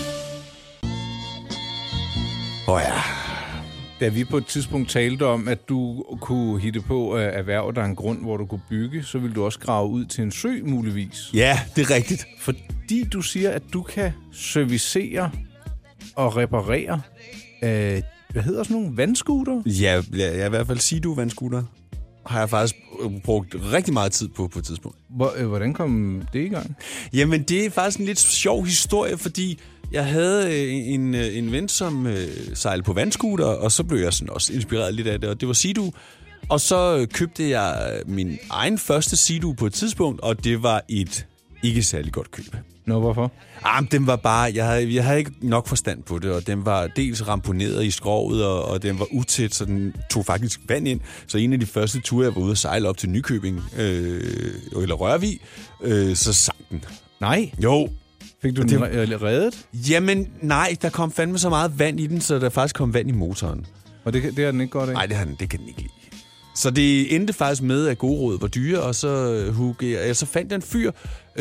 Ja. Da vi på et tidspunkt talte om, at du kunne hitte på at erhverve dig en grund, hvor du kunne bygge, så ville du også grave ud til en sø, muligvis. Ja, det er rigtigt. Fordi du siger, at du kan servicere og reparere, hvad hedder sådan nogle, vandscooter? Ja, i hvert fald Sea-Doo-vandscooter har jeg faktisk brugt rigtig meget tid på et tidspunkt. Hvordan kom det i gang? Jamen, det er faktisk en lidt sjov historie, fordi jeg havde en ven, som sejlede på vandscooter, og så blev jeg sådan også inspireret lidt af det, og det var Sea-Doo. Og så købte jeg min egen første Sea-Doo på et tidspunkt, og det var et ikke særlig godt køb. Nå, hvorfor? Den var bare, jeg havde ikke nok forstand på det, og den var dels ramponeret i skroget, og den var utæt, så den tog faktisk vand ind. Så en af de første ture, jeg var ude og sejle op til Nykøbing, eller Rørvig, så sank den. Nej? Jo. Fik du den reddet? Jamen, nej, der kom fandme så meget vand i den, så der faktisk kom vand i motoren. Og det har den ikke godt af? Nej, det kan den ikke lide. Så det endte faktisk med, at gode råd var dyre, og så fandt jeg en fyr,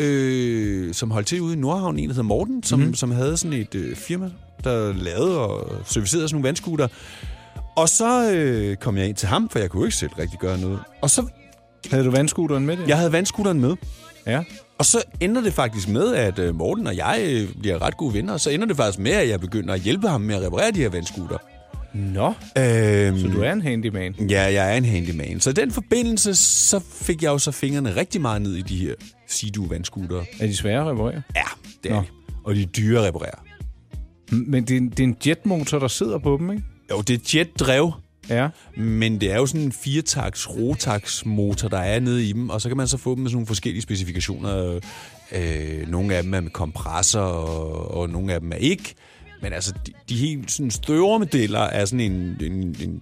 som holdt til ude i Nordhavn, en der hedder Morten, som havde sådan et firma, der lavede og servicerede sådan nogle vandscooter. Og så kom jeg ind til ham, for jeg kunne ikke selv rigtig gøre noget. Og så havde du vandscooteren med det? Jeg havde vandscooteren med. Ja. Og så ender det faktisk med, at Morten og jeg bliver ret gode venner, og så ender det faktisk med, at jeg begynder at hjælpe ham med at reparere de her vandscooter. Nå, så du er en handyman? Ja, jeg er en handyman. Så i den forbindelse, så fik jeg jo så fingrene rigtig meget ned i de her Sea-Doo-vandscootere. Er de svære at reparere? Ja, det er de. Og de er dyre at reparere. Men det er en jetmotor, der sidder på dem, ikke? Jo, det er jetdrev. Ja. Men det er jo sådan en 4-taks Rotax-motor, der er nede i dem, og så kan man så få dem med sådan nogle forskellige specifikationer. Nogle af dem er med kompressor, og nogle af dem er ikke. Men altså, de helt sådan større modeller er sådan en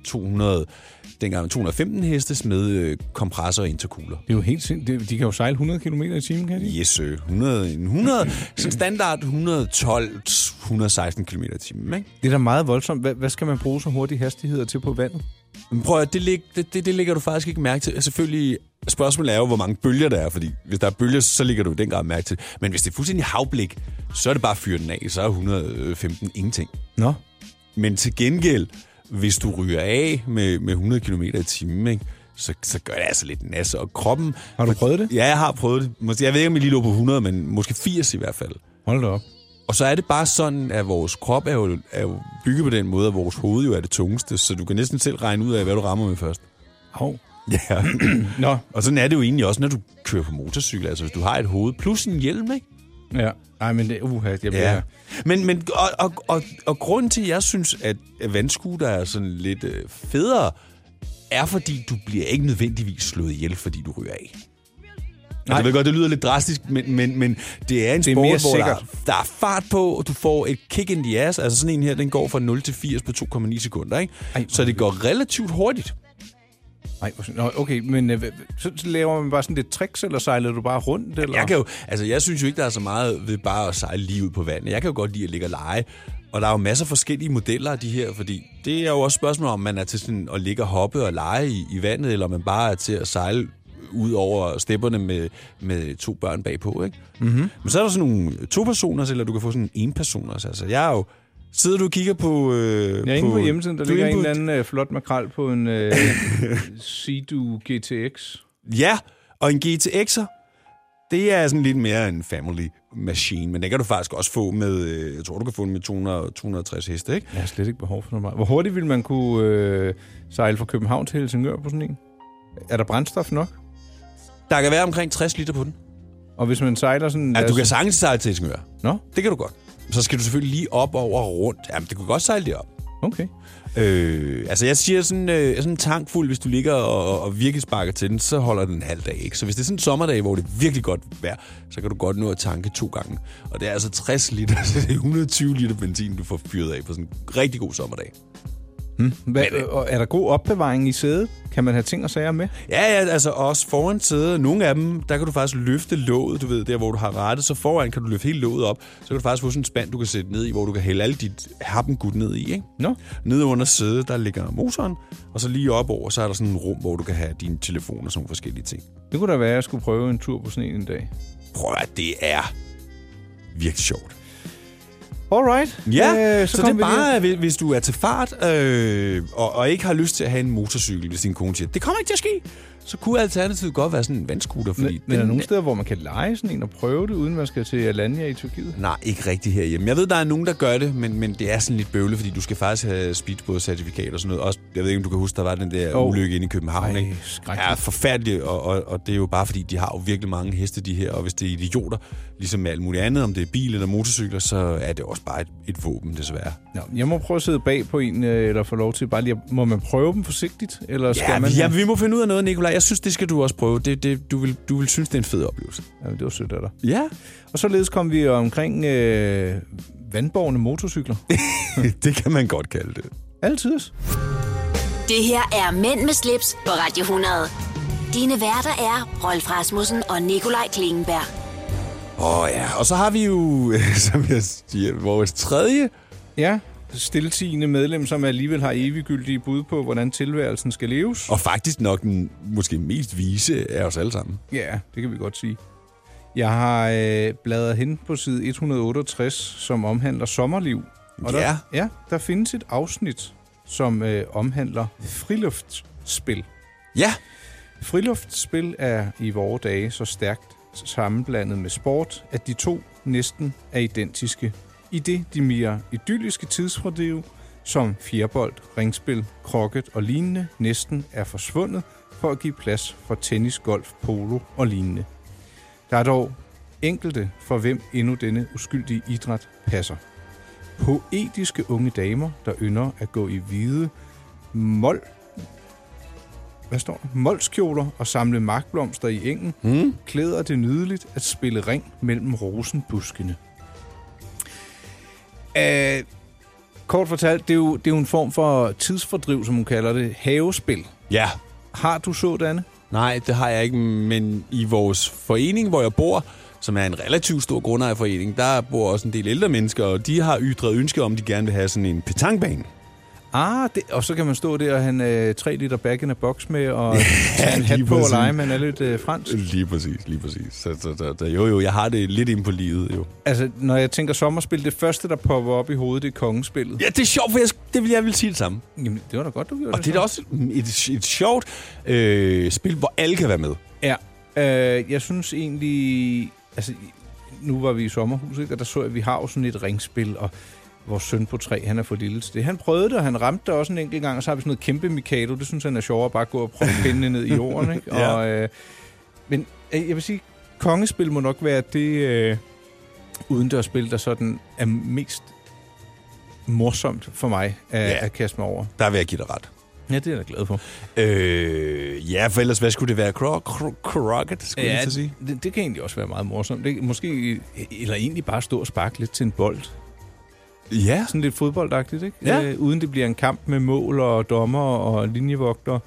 215 hestes med kompressor og intercooler. Det er jo helt sindssygt. De kan jo sejle 100 km i timen, kan de? Yes, 100 sådan standard 112-116 km i timen, ikke? Det er da meget voldsomt. Hvad skal man bruge så hurtige hastigheder til på vandet? Prøv at det lægger du faktisk ikke mærke til. Selvfølgelig, spørgsmålet er jo, hvor mange bølger der er, fordi hvis der er bølger, så lægger du den grad mærke til. Men hvis det er fuldstændig havblik, så er det bare at fyre den af, så er 115 ingenting. Nå. Men til gengæld, hvis du ryger af med 100 km i timen, ikke, så gør det altså lidt nasse. Og kroppen... Har du prøvet det? Ja, jeg har prøvet det. Jeg ved ikke, om jeg lige lå på 100, men måske 80 i hvert fald. Hold da op. Og så er det bare sådan, at vores krop er jo bygget på den måde, at vores hoved jo er det tungeste, så du kan næsten selv regne ud af, hvad du rammer med først. Ja. Nå. Og sådan er det jo egentlig også, når du kører på motorcykel. Altså, hvis du har et hoved plus en hjelm, ikke? Ja. Ej, men det jeg bliver... Ja. Og grunden til, at jeg synes, at vandscooter er sådan lidt federe, er fordi du bliver ikke nødvendigvis slået ihjel, fordi du ryger af. Jeg ved godt, det lyder lidt drastisk, men det er en sport, hvor der er fart på, og du får et kick in the ass. Altså sådan en her, den går fra 0 til 80 på 2,9 sekunder, ikke? Så det går relativt hurtigt. Nej, okay, men så laver man bare sådan lidt tricks, eller sejler du bare rundt? Eller? Jeg synes jo ikke, der er så meget ved bare at sejle lige ud på vandet. Jeg kan jo godt lide at ligge og lege. Og der er jo masser af forskellige modeller af de her, fordi det er jo også et spørgsmål om, man er til sådan at ligge og hoppe og lege i vandet, eller man bare er til at sejle ud over stepperne med 2 børn bagpå, ikke? Mm-hmm. Men så er der sådan nogle 2-personers, eller du kan få sådan en 1-personers. Altså, jeg er jo... Sidder du og kigger på... Jeg er inde på hjemmesiden, der ligger en eller anden flot makrel på en Sea-Doo GTX. Ja, og en GTX'er, det er sådan lidt mere en family machine, men det kan du faktisk også få med, jeg tror, du kan få den med 260 heste, ikke? Jeg har slet ikke behov for noget meget. Hvor hurtigt ville man kunne sejle fra København til Helsingør på sådan en? Er der brændstof nok? Der kan være omkring 60 liter på den. Og hvis man sejler sådan... Ja, du kan sagtens sejle til Helsingør. Nå? Det kan du godt. Så skal du selvfølgelig lige op over og rundt. Jamen, det kan godt sejle det op. Okay. Altså, jeg siger sådan en tank fuld, hvis du ligger og virkelig sparker til den, så holder den en halv dag, ikke? Så hvis det er sådan en sommerdag, hvor det er virkelig godt vejr, så kan du godt nå at tanke 2 gange. Og det er altså 60 liter, så det er 120 liter benzin, du får fyret af på sådan en rigtig god sommerdag. Er der god opbevaring i sædet? Kan man have ting og sager med? Ja, altså også foran sædet. Nogle af dem, der kan du faktisk løfte låget, du ved, der hvor du har rettet. Så foran kan du løfte hele låget op. Så kan du faktisk få sådan en spand, du kan sætte ned i, hvor du kan hælde alle dit happengud ned i, ikke? Nå. Nede under sædet, der ligger motoren. Og så lige op over, så er der sådan en rum, hvor du kan have dine telefoner og sådan forskellige ting. Det kunne da være, at jeg skulle prøve en tur på sådan en dag. Prøv at det er virkelig sjovt. Alright. Ja, så det er bare, hvis du er til fart og ikke har lyst til at have en motorcykel, hvis din kone siger, det kommer ikke til at ske, så kunne alternativet godt være sådan en vandscooter. Fordi men er der nogle steder, hvor man kan lege sådan en og prøve det, uden man skal til Alanya i Tyrkiet? Nej, ikke rigtig herhjemme. Jeg ved, der er nogen, der gør det, men det er sådan lidt bøvle, fordi du skal faktisk have speedbåd-certifikat og sådan noget. Også, jeg ved ikke, om du kan huske, der var den der ulykke inde i København. Ikke? Ja, forfærdeligt, og det er jo bare fordi, de har jo virkelig mange heste, de her, og hvis det er idioter, ligesom med alt muligt andet, om det er bil eller motorcykler, så er det også bare et våben, desværre. Ja, jeg må prøve at sidde bag på en, eller få lov til bare lige, må man prøve dem forsigtigt? Eller skal man... Ja, vi må finde ud af noget, Nikolaj. Jeg synes, det skal du også prøve. Du vil synes, det er en fed oplevelse. Ja, det var sødt af dig. Ja. Og således kom vi omkring vandbårne motorcykler. Det kan man godt kalde det. Altid. Det her er Mænd med slips på Radio 100. Dine værter er Rolf Rasmussen og Nikolaj Klingenberg. Ja, og så har vi jo, som jeg siger, vores tredje... Ja, stiltigende medlem, som alligevel har eviggyldige bud på, hvordan tilværelsen skal leves. Og faktisk nok den måske mest vise af os alle sammen. Ja, det kan vi godt sige. Jeg har bladret hen på side 168, som omhandler sommerliv. Og der findes et afsnit, som omhandler friluftsspil. Ja. Friluftsspil er i vore dage så stærkt sammenblandet med sport, at de to næsten er identiske. I det de mere idylliske tidsfordriv, som fjerbold, ringspil, krokket og lignende, næsten er forsvundet for at give plads for tennis, golf, polo og lignende. Der er dog enkelte, for hvem endnu denne uskyldige idræt passer. Poetiske unge damer, der ynder at gå i hvide molskjoler og samle markblomster i engen, klæder det nydeligt at spille ring mellem rosenbuskene. Kort fortalt, det er jo en form for tidsfordriv, som hun kalder det, havespil. Ja. Har du sådanne? Nej, det har jeg ikke, men i vores forening, hvor jeg bor, som er en relativt stor grundejerforening, der bor også en del ældre mennesker, og de har ytret ønske om, de gerne vil have sådan en petankbane. Og så kan man stå der og have en 3 liter back in a box med, og tage en hat på og lege, men er lidt fransk. Lige præcis. Så jo, jeg har det lidt inde på livet, jo. Altså, når jeg tænker sommerspil, det første, der popper op i hovedet, det er kongespillet. Ja, det er sjovt, for det vil jeg sige det samme. Jamen, det var da godt, du gjorde og det er da også et sjovt spil, hvor alle kan være med. Ja, jeg synes egentlig... Altså, nu var vi i sommerhus, ikke? Og der så jeg, at vi har jo sådan et ringspil, og vores søn på 3, han er for lille til det. Han prøvede det, og han ramte det også en enkelt gang, og så har vi sådan noget kæmpe Mikado. Det synes han er sjovere at bare gå og prøve pindene ned i jorden, ikke? Ja. Og, men jeg vil sige, kongespil må nok være det udendørsspil, der sådan er mest morsomt for mig at kaste mig over. Der vil jeg give dig ret. Ja, det er jeg da glad for. Ja, for ellers hvad skulle det være? Crockett, skulle jeg sige. Det kan egentlig også være meget morsomt. Det, måske, eller egentlig bare stå og sparke lidt til en bold. Ja. Sådan lidt fodboldagtigt, ikke? Ja. Uden det bliver en kamp med mål og dommer og linjevogter.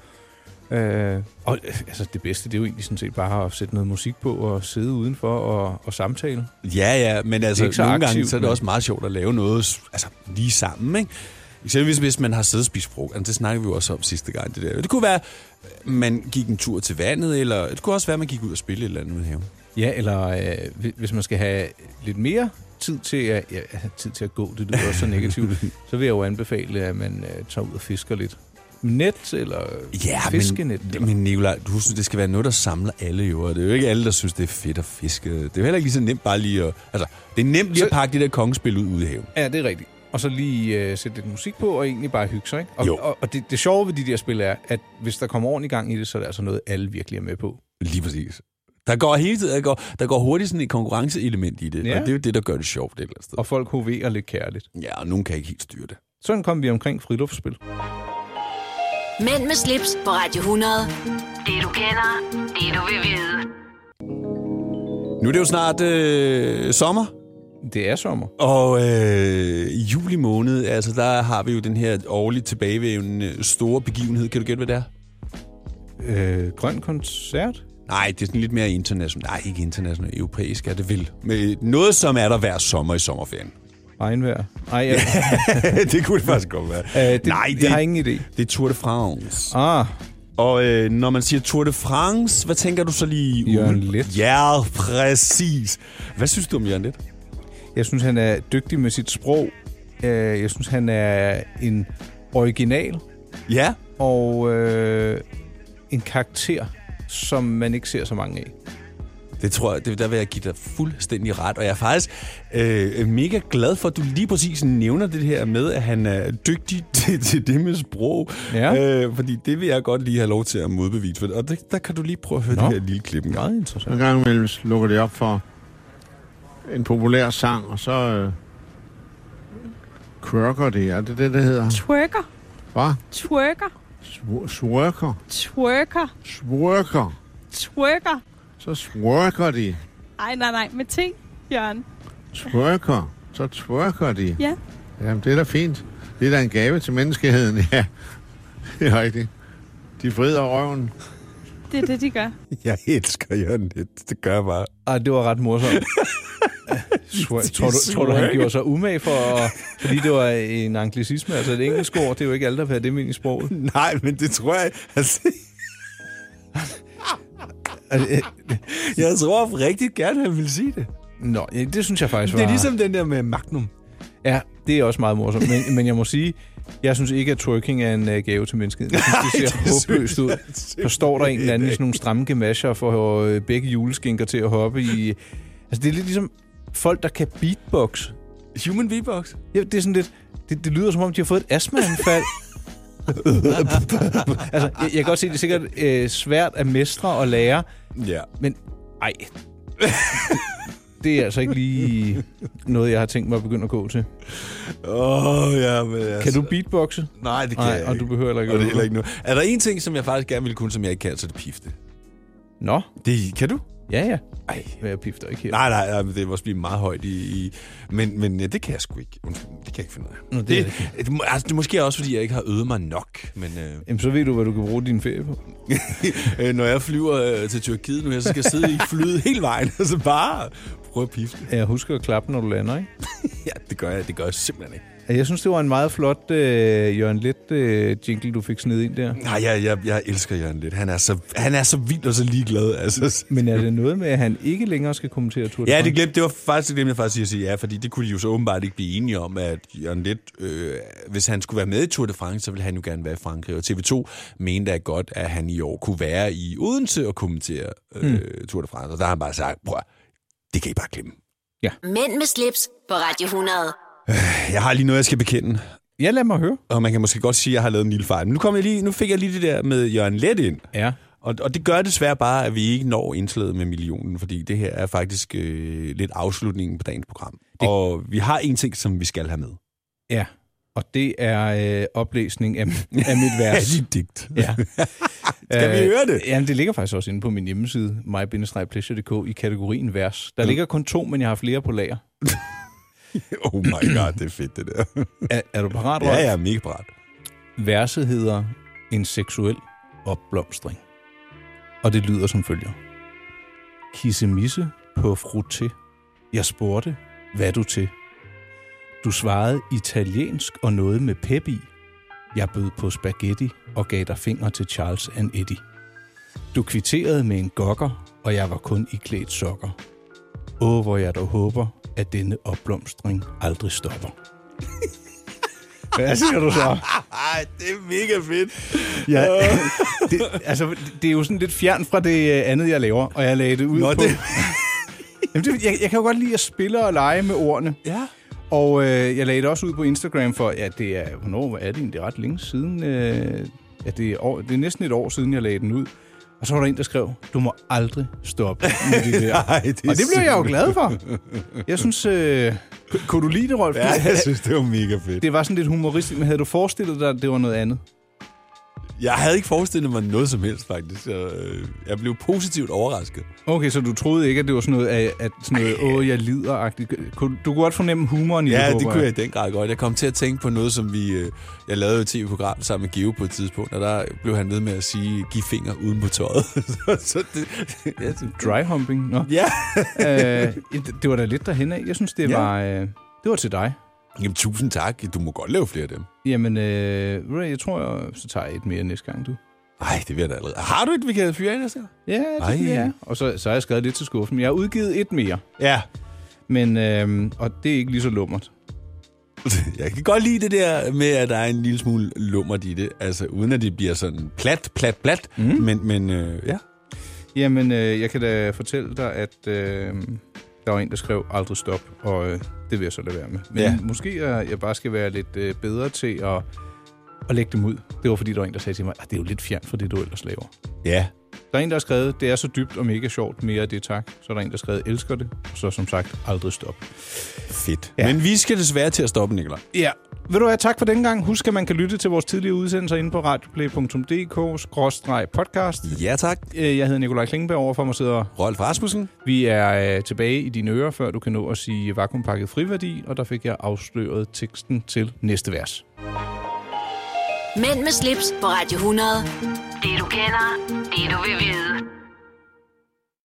Og altså det bedste, det er jo egentlig sådan set bare at sætte noget musik på og sidde udenfor og samtale. Ja, men altså så nogle aktivt, gange så er det også meget sjovt at lave noget altså, lige sammen, ikke? Eksempelvis hvis man har siddet og spist frokost. Det snakkede vi jo også om sidste gang. Det kunne være, man gik en tur til vandet, eller det kunne også være, man gik ud og spille et eller andet ude i haven. Ja, eller hvis man skal have lidt mere tid til at gå, det lyder også så negativt, så vil jeg jo anbefale, at man tager ud og fisker lidt. Net eller fiskenet. Men Nicolaj, du synes, det skal være noget, der samler alle jo. Det er jo ikke alle, der synes, det er fedt at fiske. Det er jo heller ikke lige så nemt bare lige at... Altså, det er nemt lige at pakke det der kongespil ud i haven. Ja, det er rigtigt. Og så lige sætte lidt musik på, og egentlig bare hygge sig, ikke? Og det sjove ved de der spil er, at hvis der kommer ordentlig gang i det, så er det altså noget, alle virkelig er med på. Lige præcis. Der går hele tiden, der går hurtigt sådan et konkurrenceelement i det, ja. Og det er jo det, der gør det sjovt et eller andet sted. Og folk hoverer lidt kærligt. Ja, og nogen kan ikke helt styre det. Sådan kom vi omkring friluftsspil. Mænd med slips på Radio 100. Det du kender, det du vil vide. Nu er det jo snart sommer. Det er sommer. Og i juli måned, altså der har vi jo den her årligt tilbagevævende store begivenhed. Kan du gætte, hvad det er? Grøn koncert? Nej, det er sådan lidt mere internationalt. Nej, ikke internationalt. Europæisk er det vel. Med noget, som er der hver sommer i sommerferien. Regnvejr? Nej, ja. Det kunne det faktisk godt være. Nej, det har ingen idé. Det er Tour de France. Ah. Og når man siger Tour de France, hvad tænker du så lige? Jørgen Leth. Ja, præcis. Hvad synes du om Jørgen Leth? Jeg synes, han er dygtig med sit sprog. Jeg synes, han er en original. Ja. Og en karakter, som man ikke ser så mange af. Det tror jeg, der vil jeg give dig fuldstændig ret. Og jeg er faktisk mega glad for, at du lige præcis nævner det her med, at han er dygtig til det med sprog. Ja. Fordi det vil jeg godt lige have lov til at modbevise. Og der kan du lige prøve at høre det her lille klip. Meget interessant. En gang imellem lukker det op for en populær sang, og så twerker det. Er det det hedder? Twerker. Hvad? Twerker. Twerker. Twerker. Twerker. Twerker. Så twerker de. Ej, nej, med ting, Jørgen. Twerker. Så twerker de. Ja. Jamen, det er da fint. Det er da en gave til menneskeheden, ja. Det er rigtigt. De vrider røven. Det er det, de gør. Jeg elsker Jørgen lidt. Det gør jeg bare. Ej, det var ret morsomt. Tror du, han gjorde sig umage fordi det var en anglicisme, altså et engelsk ord, det er jo ikke alle, der vil have det med ind i sproget. Nej, men det tror jeg... Altså, jeg tror rigtig gerne, han vil sige det. Nå, det synes jeg faktisk var... Det er ligesom den der med Magnum. Ja, det er også meget morsomt, men jeg må sige, jeg synes ikke, at twerking er en gave til mennesket. Jeg synes, det ser håbløst ud. Så står der en eller anden i sådan nogle stramme gemasher for begge juleskinker til at hoppe i... Altså, det er lidt ligesom folk, der kan beatbox. Human beatbox? Ja, det er sådan lidt... Det lyder som om, de har fået et astmaanfald. Altså, jeg kan godt se, det er sikkert svært at mestre og lære. Ja. Men, ej... Det er altså ikke lige noget, jeg har tænkt mig at begynde at gå til. Ja, men altså... Kan du beatboxe? Nej, det kan jeg ikke. Og du behøver heller ikke. Og det er heller ikke noget. Er der en ting, som jeg faktisk gerne ville kunne, som jeg ikke kan, så det pifte? Nå. Det kan du? Ja. Ej, jeg pifter ikke helt. Nej, det må blive meget højt i... Men ja, det kan jeg sgu ikke. Det kan jeg ikke finde ud af. Det er måske også, fordi jeg ikke har øvet mig nok. Men, jamen, så ved du, hvad du kan bruge din ferie på. Når jeg flyver til Tyrkiet nu, så skal jeg sidde i flyet hele vejen, og så bare prøve at pifte. Jeg husker at klappe, når du lander, ikke? Ja, det gør jeg simpelthen ikke. Jeg synes, det var en meget flot Jørgen Leth jingle, du fik sned ind der. Nej, jeg elsker Jørgen Leth. Han er så vild og så ligeglad. Altså. Men er det noget med, at han ikke længere skal kommentere Tour de France? Ja, det var faktisk det, jeg faktisk sige ja, fordi det kunne de jo så åbenbart ikke blive enige om, at Jørgen Leth, hvis han skulle være med i Tour de France, så ville han jo gerne være i Frankrig. Og TV2 mente at godt, at han i år kunne være i Odense og kommentere Tour de France. Og der har han bare sagt, prøv, det kan I bare glemme. Ja. Mænd med slips på Radio 100. Jeg har lige noget, jeg skal bekende. Ja, lad mig høre. Og man kan måske godt sige, at jeg har lavet en lille fejl. Men nu fik jeg lige det der med Jørgen Leth ind. Ja. Og det gør desværre bare, at vi ikke når indslaget med millionen, fordi det her er faktisk lidt afslutningen på dagens program. Og vi har en ting, som vi skal have med. Ja. Og det er oplæsning af mit vers. Af dit digt. Ja. Skal vi høre det? Jamen, det ligger faktisk også inde på min hjemmeside, my-pleasure.dk, i kategorien vers. Der ligger kun 2, men jeg har flere på lager. Oh my god, det er fedt, det der. Er du parat, Rolf? Ja, jeg er mega parat. Verset hedder En seksuel opblomstring. Og det lyder som følger. Kissemisse på frotté. Jeg spurgte, hvad du til? Du svarede italiensk og noget med pep i. Jeg bød på spaghetti og gav dig finger til Charles and Eddie. Du kvitterede med en gokker, og jeg var kun iklædt sokker. Hvor jeg dog håber, at denne opblomstring aldrig stopper. Hvad siger du så? Det er mega fedt. Ja, det er jo sådan lidt fjern fra det andet, jeg laver, og jeg lagde det ud på... Jamen, jeg kan jo godt lide at spille og lege med ordene. Ja. Og jeg lagde det også ud på Instagram for, det er, hvornår er det egentlig ret længe siden? Det er næsten et år siden, jeg lagde den ud. Og så var der en, der skrev, du må aldrig stoppe med det der. Ej, og det blev jeg jo glad for. Jeg synes, kunne du lide det, Rolf? Ja, jeg synes, det var mega fedt. Det var sådan lidt humoristisk, men havde du forestillet dig, at det var noget andet? Jeg havde ikke forestillet mig noget som helst, faktisk. Jeg blev positivt overrasket. Okay, så du troede ikke, at det var sådan noget, jeg lider-agtigt. Du kunne godt fornemme humoren i det? Ja, det kunne jeg i den grad godt. Jeg kom til at tænke på noget, som jeg lavede et tv-program sammen med Geo på et tidspunkt, og der blev han ved med at sige, giv finger uden på tøjet. Dry humping? Nå. Ja. Det var da lidt derhen af. Jeg synes, det var til dig. Jamen, tusind tak. Du må godt lave flere af dem. Jamen, jeg tror, så tager jeg et mere næste gang, du. Nej, det vil jeg da allerede. Har du et, vi kan fyre ind og se? Ja, det kan jeg. Og så har jeg skrevet lidt til skuffen. Jeg har udgivet et mere. Ja. Men, og det er ikke lige så lummert. Jeg kan godt lide det der med, at der er en lille smule lummert i det. Altså, uden at det bliver sådan plat. Men ja. Jamen, jeg kan da fortælle dig, at der var en, der skrev aldrig stop, og det vil jeg så lade være med. Men måske jeg bare skal være lidt bedre til at lægge dem ud. Det var fordi, der var en, der sagde til mig, at det er jo lidt fjern for det, du ellers laver. Ja. Der er en, der har skrevet, det er så dybt og mega sjovt, mere af det tak. Så er der en, der har skrevet, elsker det, og så som sagt, aldrig stop. Fedt. Ja. Men vi skal desværre til at stoppe, Nikolaj. Ja. Ved du hvad, tak for denne gang. Husk, at man kan lytte til vores tidligere udsendelser inde på radioplay.dk/podcast. Ja, tak. Jeg hedder Nikolaj Klingenberg, overfor mig sidder Rolf Rasmussen. Vi er tilbage i dine ører, før du kan nå at sige vakuumpakket friværdi, og der fik jeg afsløret teksten til næste vers. Mænd med slips på Radio 100. Det du kender, det du vil vide.